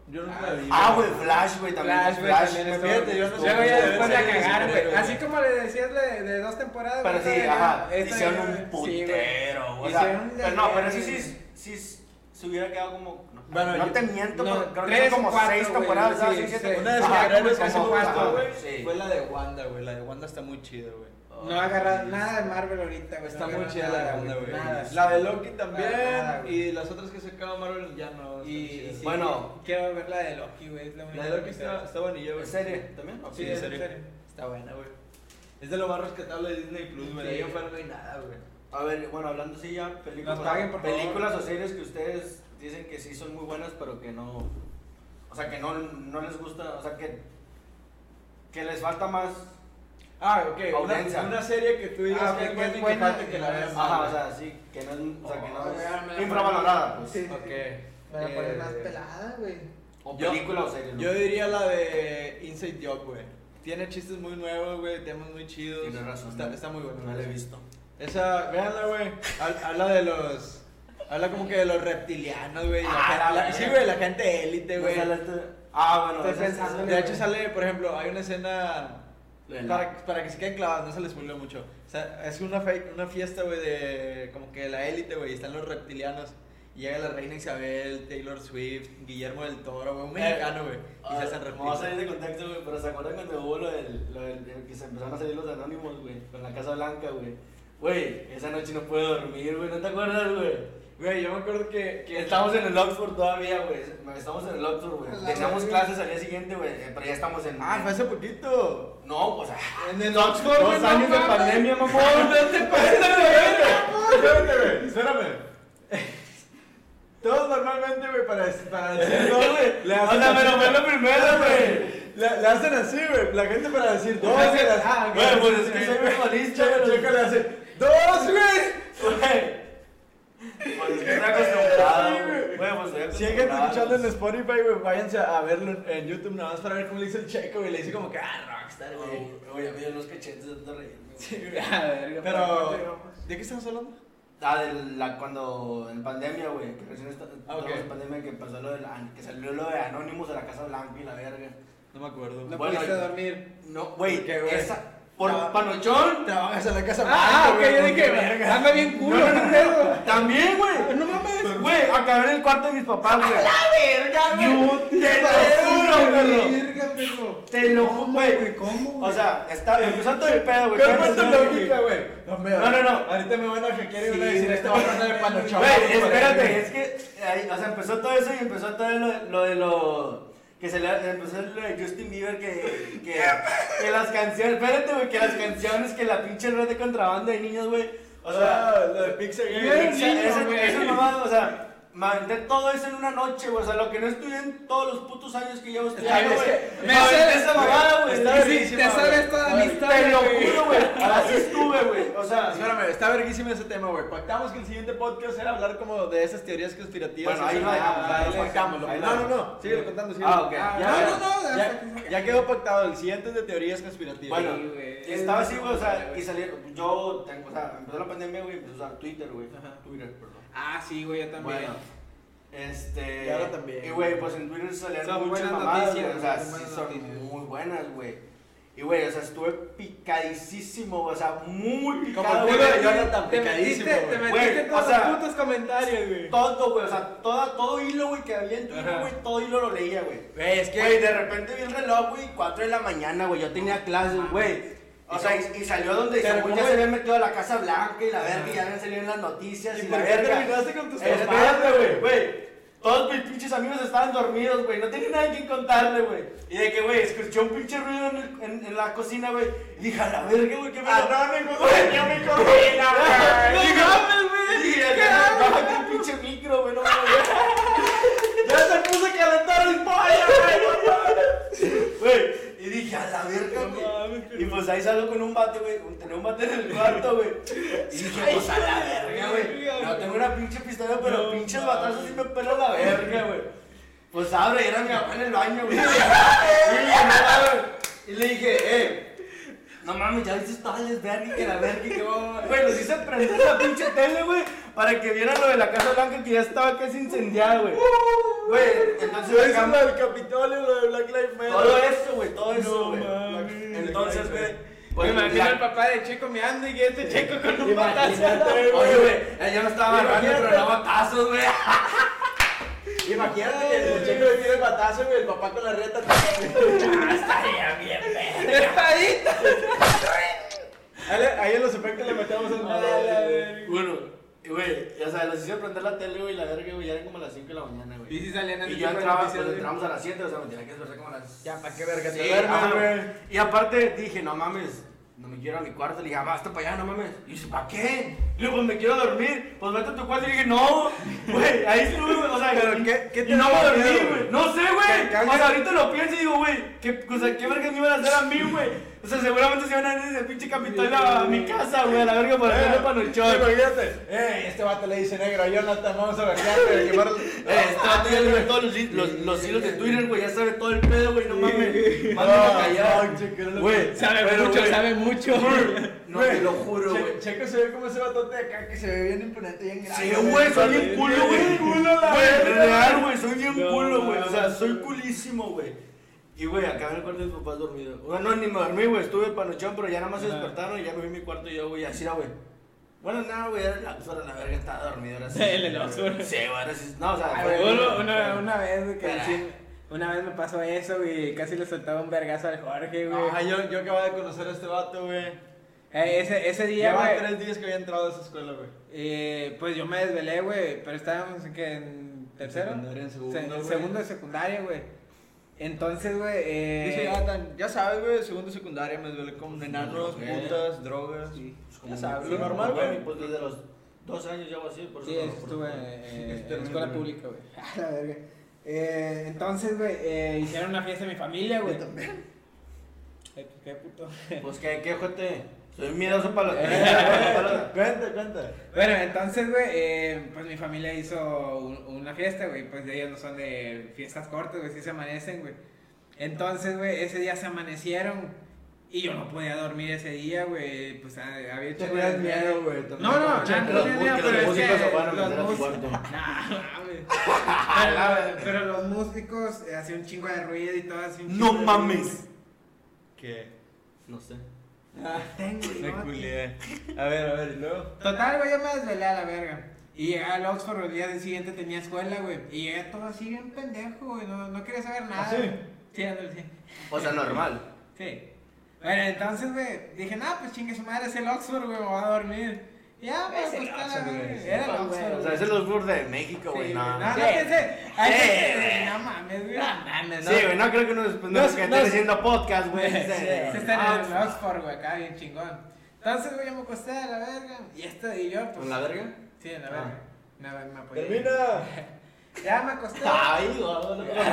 [SPEAKER 1] Yo nunca la vi.
[SPEAKER 3] Güey, Flash, güey, también.
[SPEAKER 2] Flash, güey, también estuvo-
[SPEAKER 1] Fíjate, yo no sé
[SPEAKER 2] Luego ya
[SPEAKER 1] mucho de
[SPEAKER 2] después la
[SPEAKER 1] series,
[SPEAKER 2] cagaron, güey.
[SPEAKER 1] pero-
[SPEAKER 2] Así como le decías de 2 temporadas.
[SPEAKER 3] Pero
[SPEAKER 2] güey,
[SPEAKER 3] sí,
[SPEAKER 2] esta
[SPEAKER 3] hicieron
[SPEAKER 2] ya-
[SPEAKER 3] un
[SPEAKER 2] sí, güey.
[SPEAKER 3] putero, o
[SPEAKER 2] Hicieron
[SPEAKER 3] sea,
[SPEAKER 2] un
[SPEAKER 3] pero no, pero
[SPEAKER 2] desvergue.
[SPEAKER 3] sí se hubiera quedado como,
[SPEAKER 1] Bueno,
[SPEAKER 3] no
[SPEAKER 1] yo-
[SPEAKER 3] te miento,
[SPEAKER 2] no,
[SPEAKER 3] pero creo que
[SPEAKER 2] 3
[SPEAKER 3] son como
[SPEAKER 2] o 4,
[SPEAKER 3] 6
[SPEAKER 2] güey,
[SPEAKER 3] temporadas,
[SPEAKER 2] sí,
[SPEAKER 3] ¿sabes?
[SPEAKER 2] sí.
[SPEAKER 3] 7.
[SPEAKER 1] Una de las
[SPEAKER 2] Ajá,
[SPEAKER 1] que
[SPEAKER 2] como
[SPEAKER 1] que hace
[SPEAKER 2] como
[SPEAKER 1] gusto,
[SPEAKER 2] cuatro,
[SPEAKER 1] güey,
[SPEAKER 3] sí.
[SPEAKER 1] fue la de Wanda, güey. La de Wanda está muy chida, güey.
[SPEAKER 2] No agarra nada de Marvel ahorita, güey.
[SPEAKER 1] Está
[SPEAKER 2] no
[SPEAKER 1] muy
[SPEAKER 2] agarra
[SPEAKER 1] chida
[SPEAKER 2] nada,
[SPEAKER 1] la de Wanda, güey.
[SPEAKER 2] Nada.
[SPEAKER 1] La de Loki también.
[SPEAKER 2] Nada, güey.
[SPEAKER 1] Y las otras que sacaba Marvel ya no. están
[SPEAKER 2] Y
[SPEAKER 1] chidas.
[SPEAKER 2] sí,
[SPEAKER 3] Bueno.
[SPEAKER 2] quiero ver la de Loki, güey. Es la única
[SPEAKER 1] La de Loki
[SPEAKER 2] que
[SPEAKER 1] está bonilla, güey.
[SPEAKER 3] ¿En serie también?
[SPEAKER 2] Sí,
[SPEAKER 1] Sí,
[SPEAKER 2] es
[SPEAKER 1] en serio. Está buena, güey. Es de lo más rescatable de Disney Plus, güey. De ahí
[SPEAKER 2] Sí.
[SPEAKER 1] afuera no hay nada, güey.
[SPEAKER 3] A ver, bueno, hablando así ya, películas,
[SPEAKER 2] Nos paguen, por favor.
[SPEAKER 3] películas o series que ustedes dicen que sí son muy buenas, pero que no, o sea, que no les gusta, o sea, que les falta más,
[SPEAKER 1] Ok.
[SPEAKER 3] Audiencia.
[SPEAKER 1] Una serie que tú digas que es buena y que
[SPEAKER 2] buena
[SPEAKER 1] falta que la veas.
[SPEAKER 3] ajá,
[SPEAKER 1] más,
[SPEAKER 3] o sea, sí, que no es, o sea, que no
[SPEAKER 2] me la
[SPEAKER 3] es infravalorada,
[SPEAKER 2] ponen-
[SPEAKER 3] pues,
[SPEAKER 2] Sí.
[SPEAKER 1] Ok.
[SPEAKER 2] Me la ponen más
[SPEAKER 1] Eh,
[SPEAKER 2] pelada, güey.
[SPEAKER 3] o
[SPEAKER 1] yo-
[SPEAKER 3] película o serie, ¿no?
[SPEAKER 1] Yo diría la de Inside Job, güey. Tiene chistes muy nuevos, güey. Temas muy chidos.
[SPEAKER 3] Tienes razón.
[SPEAKER 1] Está muy bueno.
[SPEAKER 3] No la he visto.
[SPEAKER 1] Esa, véanla, güey. Habla de los. Habla como que de los reptilianos, güey. Sí, güey, la gente élite, güey.
[SPEAKER 3] No sale bueno,
[SPEAKER 2] Estoy
[SPEAKER 3] esa-
[SPEAKER 2] pensando en-
[SPEAKER 1] De hecho, sale, por ejemplo, hay una escena.
[SPEAKER 3] de la-
[SPEAKER 1] Para que se queden clavados, no se les spoileo mucho. O sea, es una fiesta, güey, de como que la élite, güey. Están los reptilianos. Y llega la reina Isabel, Taylor Swift, Guillermo del Toro, güey. Un mexicano, güey. Y se hacen
[SPEAKER 3] Me voy a salir
[SPEAKER 1] reptiles.
[SPEAKER 3] de contexto, güey, pero ¿se acuerdan cuando hubo lo del que se empezaron a salir los anónimos, güey? Con la Casa Blanca, güey. Güey, esa noche no pude dormir, güey, ¿no te acuerdas, güey?
[SPEAKER 1] Güey, yo me acuerdo que
[SPEAKER 3] Estamos en el Oxford todavía, güey. Estamos en el Oxford, güey.
[SPEAKER 2] La
[SPEAKER 3] Teníamos
[SPEAKER 2] verga.
[SPEAKER 3] clases al día siguiente, güey, pero ya estamos en...
[SPEAKER 1] fue hace poquito.
[SPEAKER 3] No, o sea...
[SPEAKER 1] En el Oxford,
[SPEAKER 3] Dos años de pandemia, mamón.
[SPEAKER 1] No te pases de verga. Espérate, güey. Espérame. Todos normalmente, güey, para decir
[SPEAKER 3] No, güey.
[SPEAKER 1] le
[SPEAKER 3] O
[SPEAKER 1] hacen
[SPEAKER 3] sea,
[SPEAKER 1] así.
[SPEAKER 3] pero fue lo primero, güey.
[SPEAKER 1] Le hacen así, güey. La gente para decir dos.
[SPEAKER 2] Ah,
[SPEAKER 1] güey, le hace-
[SPEAKER 2] ah, ok.
[SPEAKER 3] Güey, pues es que soy mejorista, güey.
[SPEAKER 1] Checa, le hace dos, güey.
[SPEAKER 3] Güey. Pues es que estoy acostumbrado,
[SPEAKER 1] Sí, güey.
[SPEAKER 3] güey, pues estoy
[SPEAKER 1] Si hay gente
[SPEAKER 3] acostumbrado.
[SPEAKER 1] escuchando en Spotify, güey, váyanse a verlo en YouTube nada más para ver cómo le dice el Checo, güey. Le dice como que, Rockstar, güey.
[SPEAKER 3] Oye, me dio los cachetes de tanto reírme.
[SPEAKER 1] Sí, güey.
[SPEAKER 2] A ver,
[SPEAKER 1] Pero, ¿de qué estamos hablando?
[SPEAKER 3] Cuando en pandemia, güey, que recién estamos
[SPEAKER 1] ok.
[SPEAKER 3] en pandemia, que pasó que salió lo de Anónimos de la Casa Blanca y la verga.
[SPEAKER 1] No me acuerdo.
[SPEAKER 2] No
[SPEAKER 3] Bueno,
[SPEAKER 2] pudiste dormir.
[SPEAKER 3] No, güey,
[SPEAKER 1] ¿Qué, güey?
[SPEAKER 3] esa, por
[SPEAKER 1] No.
[SPEAKER 3] panochón,
[SPEAKER 1] Trabajas en la casa
[SPEAKER 2] Ok,
[SPEAKER 1] güey,
[SPEAKER 2] yo
[SPEAKER 1] ¿con qué
[SPEAKER 2] dije,
[SPEAKER 1] verga?
[SPEAKER 2] anda bien culo,
[SPEAKER 3] No, no,
[SPEAKER 2] ¿qué pedo?
[SPEAKER 3] también, güey.
[SPEAKER 1] No mames.
[SPEAKER 3] Güey, acabé en el cuarto de mis papás, güey.
[SPEAKER 1] verga,
[SPEAKER 3] Yo te lo juro, perro.
[SPEAKER 2] Verga, perro.
[SPEAKER 3] Te lo juro, güey.
[SPEAKER 2] ¿Cómo?
[SPEAKER 3] O sea, empezó todo el pedo, güey.
[SPEAKER 1] ¿Qué
[SPEAKER 3] Todo
[SPEAKER 1] fue tu
[SPEAKER 3] empezó,
[SPEAKER 1] lógica, güey?
[SPEAKER 3] No.
[SPEAKER 1] Ahorita me van a hackear y van a
[SPEAKER 2] Sí,
[SPEAKER 1] decir,
[SPEAKER 2] güey.
[SPEAKER 1] este va a hablar de panochón.
[SPEAKER 3] Güey, espérate, es que, o sea, empezó todo eso y empezó todo que se le empezó lo de Justin Bieber que las canciones, espérate, güey, que las canciones, que la pinche red de contrabando de niños, güey. O sea,
[SPEAKER 1] lo de Pixar
[SPEAKER 2] Güey,
[SPEAKER 1] Game.
[SPEAKER 2] sí.
[SPEAKER 3] esa mamada, o sea, mandé todo eso en una noche, güey. O sea, lo que no estudié en todos los putos años que llevo estudiando,
[SPEAKER 1] Es
[SPEAKER 3] güey.
[SPEAKER 1] que
[SPEAKER 2] me
[SPEAKER 3] Me aventé
[SPEAKER 2] sé-
[SPEAKER 3] esa mamada, güey.
[SPEAKER 1] está
[SPEAKER 2] Y si
[SPEAKER 1] verguísima,
[SPEAKER 2] te sabes
[SPEAKER 1] güey.
[SPEAKER 2] toda
[SPEAKER 1] A
[SPEAKER 2] mi
[SPEAKER 1] ver,
[SPEAKER 2] historia,
[SPEAKER 3] Te lo
[SPEAKER 2] güey.
[SPEAKER 3] juro, güey. Así estuve, güey. O sea,
[SPEAKER 1] Espérame, está verguísimo ese tema, güey. Pactamos que el siguiente podcast era hablar como de esas teorías conspirativas.
[SPEAKER 3] Bueno, ahí
[SPEAKER 1] Eso,
[SPEAKER 3] lo dejamos,
[SPEAKER 1] ahí
[SPEAKER 3] ahí
[SPEAKER 1] lo
[SPEAKER 3] lo
[SPEAKER 1] pactamos.
[SPEAKER 3] dejamos, ahí lo
[SPEAKER 1] No,
[SPEAKER 3] dejamos.
[SPEAKER 1] no, síguelo contando, síguelo.
[SPEAKER 3] Ah, ok.
[SPEAKER 1] Ya quedó pactado. El siguiente es de teorías conspirativas.
[SPEAKER 3] bueno,
[SPEAKER 2] Sí, güey.
[SPEAKER 3] y estaba así, güey, o sea, y salieron. O sea, empezó la pandemia, güey, empezó a usar Twitter, güey.
[SPEAKER 2] Ajá.
[SPEAKER 3] Twitter, perdón.
[SPEAKER 2] Ah, sí, güey, yo también.
[SPEAKER 3] Bueno,
[SPEAKER 1] Y ahora también.
[SPEAKER 3] Y, güey, pues en Twitter salían
[SPEAKER 2] Son
[SPEAKER 3] muchas
[SPEAKER 2] buenas
[SPEAKER 3] mamadas,
[SPEAKER 2] noticias,
[SPEAKER 3] güey. O sea,
[SPEAKER 2] son
[SPEAKER 3] sí
[SPEAKER 2] buenas
[SPEAKER 3] son
[SPEAKER 2] noticias.
[SPEAKER 3] muy buenas, güey. Y, güey, o sea, estuve picadísimo, güey. O sea, muy
[SPEAKER 1] Como
[SPEAKER 3] picado,
[SPEAKER 1] el
[SPEAKER 3] güey.
[SPEAKER 1] culo de Jonathan,
[SPEAKER 2] Te
[SPEAKER 1] picadísimo,
[SPEAKER 2] metiste, te
[SPEAKER 1] güey.
[SPEAKER 2] metiste
[SPEAKER 3] Güey,
[SPEAKER 2] en todos
[SPEAKER 3] o sea,
[SPEAKER 2] los putos comentarios, güey.
[SPEAKER 3] Todo, güey, o sea, todo hilo, güey, que había en Twitter,
[SPEAKER 1] Ajá.
[SPEAKER 3] güey, todo hilo lo leía, güey.
[SPEAKER 1] Güey, es que.
[SPEAKER 3] Güey, de repente vi el reloj, güey, 4 de la mañana, güey. Yo tenía clases, güey. O sea, y salió donde
[SPEAKER 1] Pero
[SPEAKER 3] según
[SPEAKER 1] ¿cómo
[SPEAKER 3] ya
[SPEAKER 1] es?
[SPEAKER 3] se había metido a la Casa Blanca y la verga, y ya habían salido en las noticias
[SPEAKER 1] ¿Y
[SPEAKER 3] y
[SPEAKER 1] por
[SPEAKER 3] la
[SPEAKER 1] qué
[SPEAKER 3] verga.
[SPEAKER 1] terminaste con tus papás?
[SPEAKER 3] Espérate, güey, güey. Todos mis pinches amigos estaban dormidos, güey. No tenía nadie que contarle, güey. Y de que, güey, escuché un pinche ruido en la cocina, güey. Y dije, a la verga, güey, ¿qué me
[SPEAKER 1] Anónimo, dueño mi cocina, güey.
[SPEAKER 3] Dije, güey. Dije, bájate el pinche micro, güey, no mames.
[SPEAKER 1] Ya se puso a calentar el pollo,
[SPEAKER 3] Güey. Y dije, a la verga, güey. Y pues ahí salgo con un bate, güey. Tenía un bate en el cuarto, güey. Y dije, pues a la verga, güey. No tengo una pinche pistola, pero pinches batazos sí me pelan la verga, güey. Pues abre, y era mi papá en el baño, güey. Y le dije, no mames, ya viste todas las vergas que la verga que va. Güey, nos hice prender la pinche tele, güey, para que vieran lo de la Casa Blanca que ya estaba casi incendiada, güey. Güey, entonces
[SPEAKER 1] Eso es lo del Capitolio, lo de Black Lives Matter.
[SPEAKER 3] todo eso, güey, todo eso,
[SPEAKER 1] No
[SPEAKER 3] güey.
[SPEAKER 1] mames.
[SPEAKER 3] Entonces, güey.
[SPEAKER 2] Me
[SPEAKER 3] pues,
[SPEAKER 2] imagino
[SPEAKER 3] la-
[SPEAKER 2] al papá de Checo meando y este Checo con un patazo.
[SPEAKER 1] Imagínate,
[SPEAKER 3] Oye, güey, yo no estaba agarrando,
[SPEAKER 1] Imagínate.
[SPEAKER 3] pero no batazos, güey.
[SPEAKER 1] Imagínate que el Checo le tira el batazo y el papá con la rieta.
[SPEAKER 3] Estaría bien, güey.
[SPEAKER 2] Espadita.
[SPEAKER 1] Ahí en los efectos le metemos el.
[SPEAKER 3] Bueno, güey, o sea, los hice prender la tele, güey, la verga, güey, ya eran como las 5 de la mañana, güey.
[SPEAKER 2] Y si salían en
[SPEAKER 3] Y
[SPEAKER 2] el
[SPEAKER 3] yo
[SPEAKER 2] tipo de
[SPEAKER 3] entraba,
[SPEAKER 2] noticias,
[SPEAKER 3] pues
[SPEAKER 2] güey.
[SPEAKER 3] entramos a las 7, o sea, me tenía que despertar como a las...
[SPEAKER 1] Ya, ¿para qué verga te
[SPEAKER 3] Sí,
[SPEAKER 1] duermes,
[SPEAKER 3] ajá,
[SPEAKER 1] güey?
[SPEAKER 3] Y aparte dije, no mames, no me quiero a mi cuarto. Le dije, basta para allá, no mames. Y dice, ¿para qué? Y yo, pues me quiero dormir. Pues vete a tu cuarto. Y dije, no, güey, ahí estuve, güey. O sea,
[SPEAKER 1] ¿Pero qué te
[SPEAKER 3] y no me
[SPEAKER 1] daba
[SPEAKER 3] dormí,
[SPEAKER 1] miedo,
[SPEAKER 3] güey. No sé, güey.
[SPEAKER 1] ¿Qué-
[SPEAKER 3] O sea, ahorita lo pienso y digo, güey, o sea, ¿qué verga me iban a hacer a mí, güey? O sea, seguramente se iban a ir desde el pinche Capitolio a mi casa, güey, a la verga para hacerle panochón.
[SPEAKER 1] Imagínate, este vato le dice negro, Jonathan, vamos a vergarte, quemar.
[SPEAKER 3] Este vato ya sabe todos los hilos de Twitter, güey, ya sabe todo el pedo, güey, no mames.
[SPEAKER 1] No,
[SPEAKER 3] Mándame a callar.
[SPEAKER 1] no, Checo, no.
[SPEAKER 3] Güey,
[SPEAKER 2] Sabe
[SPEAKER 3] pero,
[SPEAKER 2] mucho,
[SPEAKER 3] güey,
[SPEAKER 2] sabe mucho.
[SPEAKER 3] No, te lo juro,
[SPEAKER 1] Che-
[SPEAKER 3] güey.
[SPEAKER 1] Checo se ve como ese batote de acá que se ve bien imponente, bien grande.
[SPEAKER 3] Sí, güey, soy bien culo, güey.
[SPEAKER 1] Culo, la
[SPEAKER 3] Güey,
[SPEAKER 1] verga.
[SPEAKER 3] real, güey, soy bien
[SPEAKER 1] No,
[SPEAKER 3] culo, güey. O sea,
[SPEAKER 1] mames.
[SPEAKER 3] soy culísimo, güey. Y, güey, acá en el cuarto de mis papás dormido. Bueno, no, ni me dormí, güey, estuve panochón, pero ya nada más se despertaron y ya me fui a mi cuarto y yo, güey, así era, güey. Bueno, nada, güey, era la verga, estaba dormido, ahora sí.
[SPEAKER 2] El Oxford.
[SPEAKER 3] Sí, güey, ahora sí. No, o sea,
[SPEAKER 2] Ay,
[SPEAKER 3] fue-
[SPEAKER 2] güey, una vez, güey, que
[SPEAKER 3] Espera.
[SPEAKER 2] sí, una vez me pasó eso, güey, casi le soltaba un vergazo al Jorge, güey.
[SPEAKER 1] Ah, yo acabo de conocer a este vato, güey.
[SPEAKER 2] Ese día,
[SPEAKER 1] Lleva
[SPEAKER 2] güey,
[SPEAKER 1] 3 días que había entrado a esa escuela, güey.
[SPEAKER 2] pues yo me desvelé, güey, pero estábamos en tercero,
[SPEAKER 1] secundaria, en segundo,
[SPEAKER 2] en
[SPEAKER 1] güey.
[SPEAKER 2] segundo de secundaria, güey. Entonces, güey,
[SPEAKER 1] Dice Jonathan, ya sabes, güey, segundo de secundaria me duele con enanos,
[SPEAKER 3] güey.
[SPEAKER 1] putas, drogas.
[SPEAKER 3] Como
[SPEAKER 1] Ya sabes,
[SPEAKER 3] sí,
[SPEAKER 1] lo normal, güey.
[SPEAKER 3] Pues desde los 2 años ya así, por eso.
[SPEAKER 2] sí,
[SPEAKER 3] no,
[SPEAKER 2] eso
[SPEAKER 3] por-
[SPEAKER 2] estuve
[SPEAKER 1] Este
[SPEAKER 2] en escuela
[SPEAKER 1] güey.
[SPEAKER 2] pública, güey. A la verga. Entonces, güey, hicieron una fiesta en mi familia, güey. ¿Qué puto?
[SPEAKER 3] Pues, ¿qué, ojete? Soy miedoso para los...
[SPEAKER 1] Cuenta.
[SPEAKER 2] Bueno, entonces, güey, pues mi familia hizo una fiesta, güey. Pues ellos no son de fiestas cortas, güey, sí se amanecen, güey. Entonces, güey, ese día se amanecieron y yo no podía dormir ese día, güey. Pues había hecho.
[SPEAKER 1] Tenías miedo, güey.
[SPEAKER 2] No, no,
[SPEAKER 3] Che,
[SPEAKER 2] no
[SPEAKER 3] que los
[SPEAKER 2] tenía
[SPEAKER 3] mu-
[SPEAKER 2] miedo,
[SPEAKER 3] que
[SPEAKER 2] pero
[SPEAKER 3] los
[SPEAKER 2] es
[SPEAKER 3] músicos se
[SPEAKER 2] que
[SPEAKER 3] van a meter a tu
[SPEAKER 2] los
[SPEAKER 3] cuarto.
[SPEAKER 2] pero los músicos hacían un chingo de ruido y todo así. un
[SPEAKER 3] No
[SPEAKER 2] chingo de
[SPEAKER 3] mames.
[SPEAKER 1] ¿Qué?
[SPEAKER 3] No sé.
[SPEAKER 2] Tengo,
[SPEAKER 1] Me
[SPEAKER 2] no,
[SPEAKER 1] culié. A ver, y luego.
[SPEAKER 2] Total, güey, yo me desvelé a la verga. Y llegué al Oxford, el día del siguiente tenía escuela, güey. Y llegué todo así bien pendejo, güey. No quería saber nada.
[SPEAKER 1] ¿Ah, sí?
[SPEAKER 2] Sí, ándale, sí.
[SPEAKER 3] O sea, normal.
[SPEAKER 2] Sí. Bueno, entonces, güey, dije, no, pues chingue su madre, es el Oxford, güey, me voy a dormir. Y ya, pues,
[SPEAKER 1] Es el
[SPEAKER 2] acosté a la
[SPEAKER 1] Oxford,
[SPEAKER 2] verga.
[SPEAKER 1] güey.
[SPEAKER 2] Era el
[SPEAKER 3] O
[SPEAKER 2] Oxford,
[SPEAKER 3] sea,
[SPEAKER 2] güey.
[SPEAKER 3] es los Bulls de México, güey.
[SPEAKER 2] Sí,
[SPEAKER 3] No,
[SPEAKER 2] no,
[SPEAKER 3] sí.
[SPEAKER 2] pensé. Ay,
[SPEAKER 3] Sí.
[SPEAKER 2] pensé, no mames, güey.
[SPEAKER 1] mames,
[SPEAKER 3] Sí, güey, no creo que uno después no,
[SPEAKER 1] No,
[SPEAKER 3] que
[SPEAKER 1] no,
[SPEAKER 3] estén haciendo podcast, güey.
[SPEAKER 2] Sí, se está en el
[SPEAKER 3] Ah,
[SPEAKER 2] Oxford, güey, acá bien chingón. Entonces, güey, yo me acosté a la verga. Y yo, pues.
[SPEAKER 3] ¿Con la verga?
[SPEAKER 2] Sí, en la verga. Una vez me apoyé.
[SPEAKER 1] Termina.
[SPEAKER 2] Ya me acosté.
[SPEAKER 3] Ay, güey, no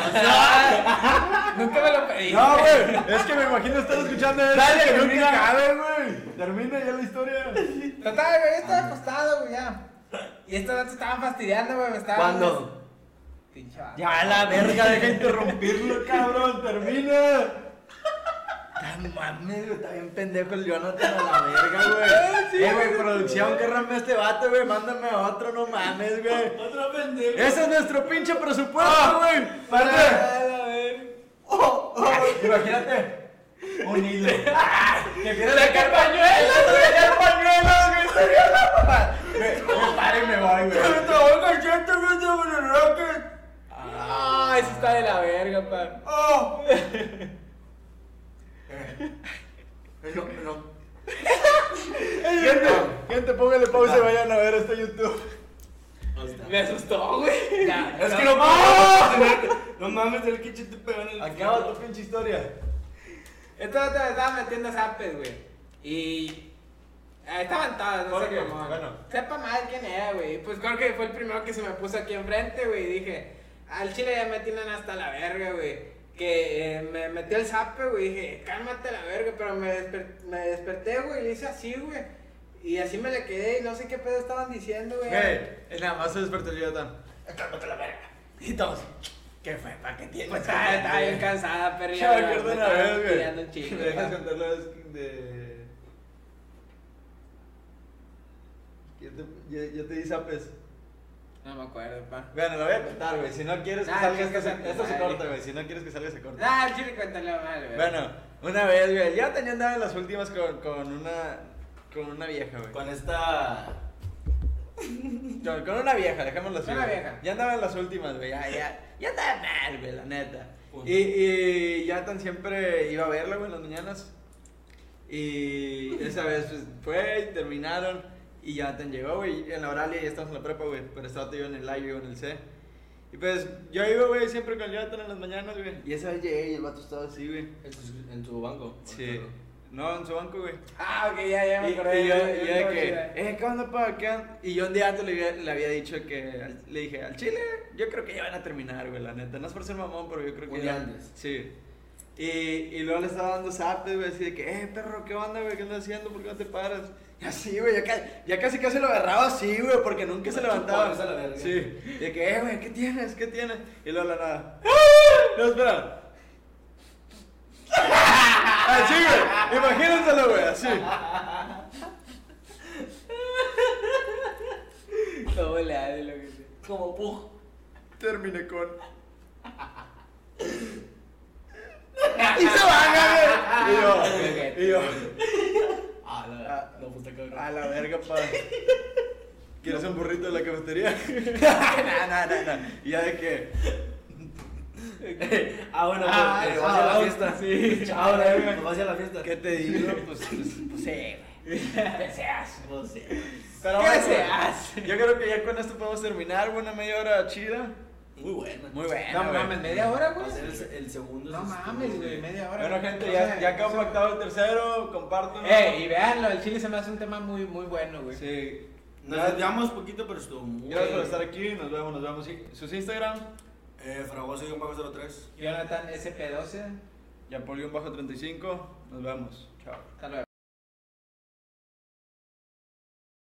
[SPEAKER 2] Nunca me lo pedí.
[SPEAKER 1] No, güey. Es que me imagino estar escuchando eso.
[SPEAKER 3] Dale,
[SPEAKER 1] que nunca
[SPEAKER 3] termina.
[SPEAKER 1] cabe, güey. Termina ya la historia.
[SPEAKER 2] Total, güey, yo estaba acostado, güey, ya. Y estos vatos estaban fastidiando, güey, me estaban.
[SPEAKER 3] ¿Cuándo?
[SPEAKER 2] Pinche vato.
[SPEAKER 1] Ya la verga, deja de interrumpirlo, cabrón. Termina. No mames, güey, está bien pendejo el Jonathan a la verga, güey. Güey, producción, quérrame a este vato, güey. Mándame a otro, no mames, güey.
[SPEAKER 3] Otro pendejo.
[SPEAKER 1] Ese es nuestro pinche presupuesto, güey. Para
[SPEAKER 2] A ver.
[SPEAKER 1] Imagínate. Un hilo. Que quiere
[SPEAKER 2] ¡Saca el pañuelo, güey!
[SPEAKER 1] ¡El pañuelo, güey! Sería la mamá. Me paro y me voy, güey.
[SPEAKER 2] Ah, eso está de la verga, pa.
[SPEAKER 3] Oh. No.
[SPEAKER 1] Gente, póngale pausa y vayan a ver este YouTube.
[SPEAKER 2] Me asustó, güey. Ya,
[SPEAKER 3] Es que
[SPEAKER 2] no.
[SPEAKER 3] no mames, el que te pegó en el.
[SPEAKER 1] Acaba tu pinche historia.
[SPEAKER 2] Entonces me estaba metiendo zapes, güey. Y. Estaban todas, no sé
[SPEAKER 1] Jorge,
[SPEAKER 2] cómo.
[SPEAKER 1] bueno.
[SPEAKER 2] Sepa mal quién era, güey. Pues Jorge fue el primero que se me puso aquí enfrente, güey. Y dije, al chile ya me tienen hasta la verga, güey. Que me metió el zape, güey. Dije, cálmate la verga. Pero me desperté, güey. Y hice así, güey. Y así me le quedé. Y no sé qué pedo estaban diciendo, güey.
[SPEAKER 1] Nada más se despertó el Jonathan. Cálmate la verga. Y todos. ¿Qué fue? ¿Para qué tienes?
[SPEAKER 2] Pues estaba bien cansada, pero
[SPEAKER 1] Ya me acuerdo una vez, güey.
[SPEAKER 2] tirando un chingo.
[SPEAKER 1] ¿Me dejas
[SPEAKER 2] pa.
[SPEAKER 1] contar la vez de... Yo te di zapes.
[SPEAKER 2] No me acuerdo, pa.
[SPEAKER 1] Bueno, lo voy a contar, güey. Si no quieres que
[SPEAKER 2] Ah,
[SPEAKER 1] salga,
[SPEAKER 2] chinga
[SPEAKER 1] esto se
[SPEAKER 2] madre.
[SPEAKER 1] corta, güey. Si no quieres que salga, se corta.
[SPEAKER 2] Ah, el chile cuéntale mal, güey.
[SPEAKER 1] Bueno, una vez, güey. Ya tenía andado en las últimas con una vieja, güey.
[SPEAKER 3] Con esta.
[SPEAKER 1] Con una vieja, dejémoslo así.
[SPEAKER 2] Con una
[SPEAKER 1] güey.
[SPEAKER 2] vieja.
[SPEAKER 1] Ya andaba en las últimas, güey. Ya estaba mal, güey, la neta.
[SPEAKER 3] Punto.
[SPEAKER 1] Y ya tan siempre iba a verla, güey, en las mañanas. Y esa vez, pues, fue y terminaron. Y ya tan llegó, güey. En la Oralia ya estamos en la prepa, güey. Pero estaba yo en el A y yo en el C. Y pues, yo iba, güey, siempre con el Jonathan en las mañanas, güey. Y esa vez llegué y el vato estaba así, güey.
[SPEAKER 3] En tu banco.
[SPEAKER 1] Sí. No, en su banco, güey.
[SPEAKER 2] Ah, ok, ya me
[SPEAKER 1] Y
[SPEAKER 2] acordé.
[SPEAKER 1] yo
[SPEAKER 2] ya
[SPEAKER 1] de
[SPEAKER 2] me acordé.
[SPEAKER 1] que, ¿qué onda, pa? ¿Qué onda? Y yo un día antes le había dicho que, le dije, al chile, yo creo que ya van a terminar, güey, la neta. No es por ser mamón, pero yo creo que
[SPEAKER 3] Un
[SPEAKER 1] ya.
[SPEAKER 3] día antes.
[SPEAKER 1] Sí. Y luego le estaba dando zapes, güey, así de que, perro, ¿qué onda, güey? ¿Qué andas haciendo? ¿Por qué no te paras? Y así, güey, ya casi lo agarraba así, güey, porque nunca se levantaba.
[SPEAKER 3] Chupones a la verga.
[SPEAKER 1] Sí. Y de que, güey, ¿qué tienes? ¿Qué tienes? Y luego la nada. No, espera. Así, güey. Imagínenselo, güey, así.
[SPEAKER 2] ¿Cómo le hace lo que sea?
[SPEAKER 3] Como pug.
[SPEAKER 1] Terminé con. Y se baja, güey. Y yo.
[SPEAKER 3] Ah, la puta cabrón.
[SPEAKER 1] A la verga, pa. ¿Quieres un burrito de la cafetería? No. Y ya de que.
[SPEAKER 3] Bueno,
[SPEAKER 2] Ah,
[SPEAKER 3] pues, vas a la
[SPEAKER 2] ah,
[SPEAKER 3] fiesta.
[SPEAKER 1] sí.
[SPEAKER 3] Chao, la verga. Vas a la fiesta.
[SPEAKER 1] ¿Qué te digo? Pues sí, güey.
[SPEAKER 2] ¿Qué se hace?
[SPEAKER 3] No sé.
[SPEAKER 1] Pero
[SPEAKER 2] ¿Qué
[SPEAKER 1] bueno,
[SPEAKER 2] se hace?
[SPEAKER 1] yo creo que ya con esto podemos terminar, güey, una media hora chida.
[SPEAKER 3] Muy buena.
[SPEAKER 1] Muy buena.
[SPEAKER 2] No
[SPEAKER 1] güey.
[SPEAKER 2] mames, ¿media hora, güey?
[SPEAKER 3] Va a ser el segundo.
[SPEAKER 2] No
[SPEAKER 3] estuvo,
[SPEAKER 2] mames, güey, media hora.
[SPEAKER 1] Bueno, gente,
[SPEAKER 2] O
[SPEAKER 1] ya
[SPEAKER 2] sea,
[SPEAKER 1] acá
[SPEAKER 2] eso-
[SPEAKER 1] pactado el tercero, compártanlo.
[SPEAKER 2] Y véanlo, el chile se me hace un tema muy, muy bueno, güey.
[SPEAKER 1] Sí.
[SPEAKER 3] Nos desviamos poquito, pero estuvo muy
[SPEAKER 1] Gracias por
[SPEAKER 3] bueno.
[SPEAKER 1] estar aquí, nos vemos. Sus Instagram,
[SPEAKER 3] Fragoso-03.
[SPEAKER 2] Jonathan SP12,
[SPEAKER 1] Yapol-35, nos vemos. Chao.
[SPEAKER 2] hasta luego.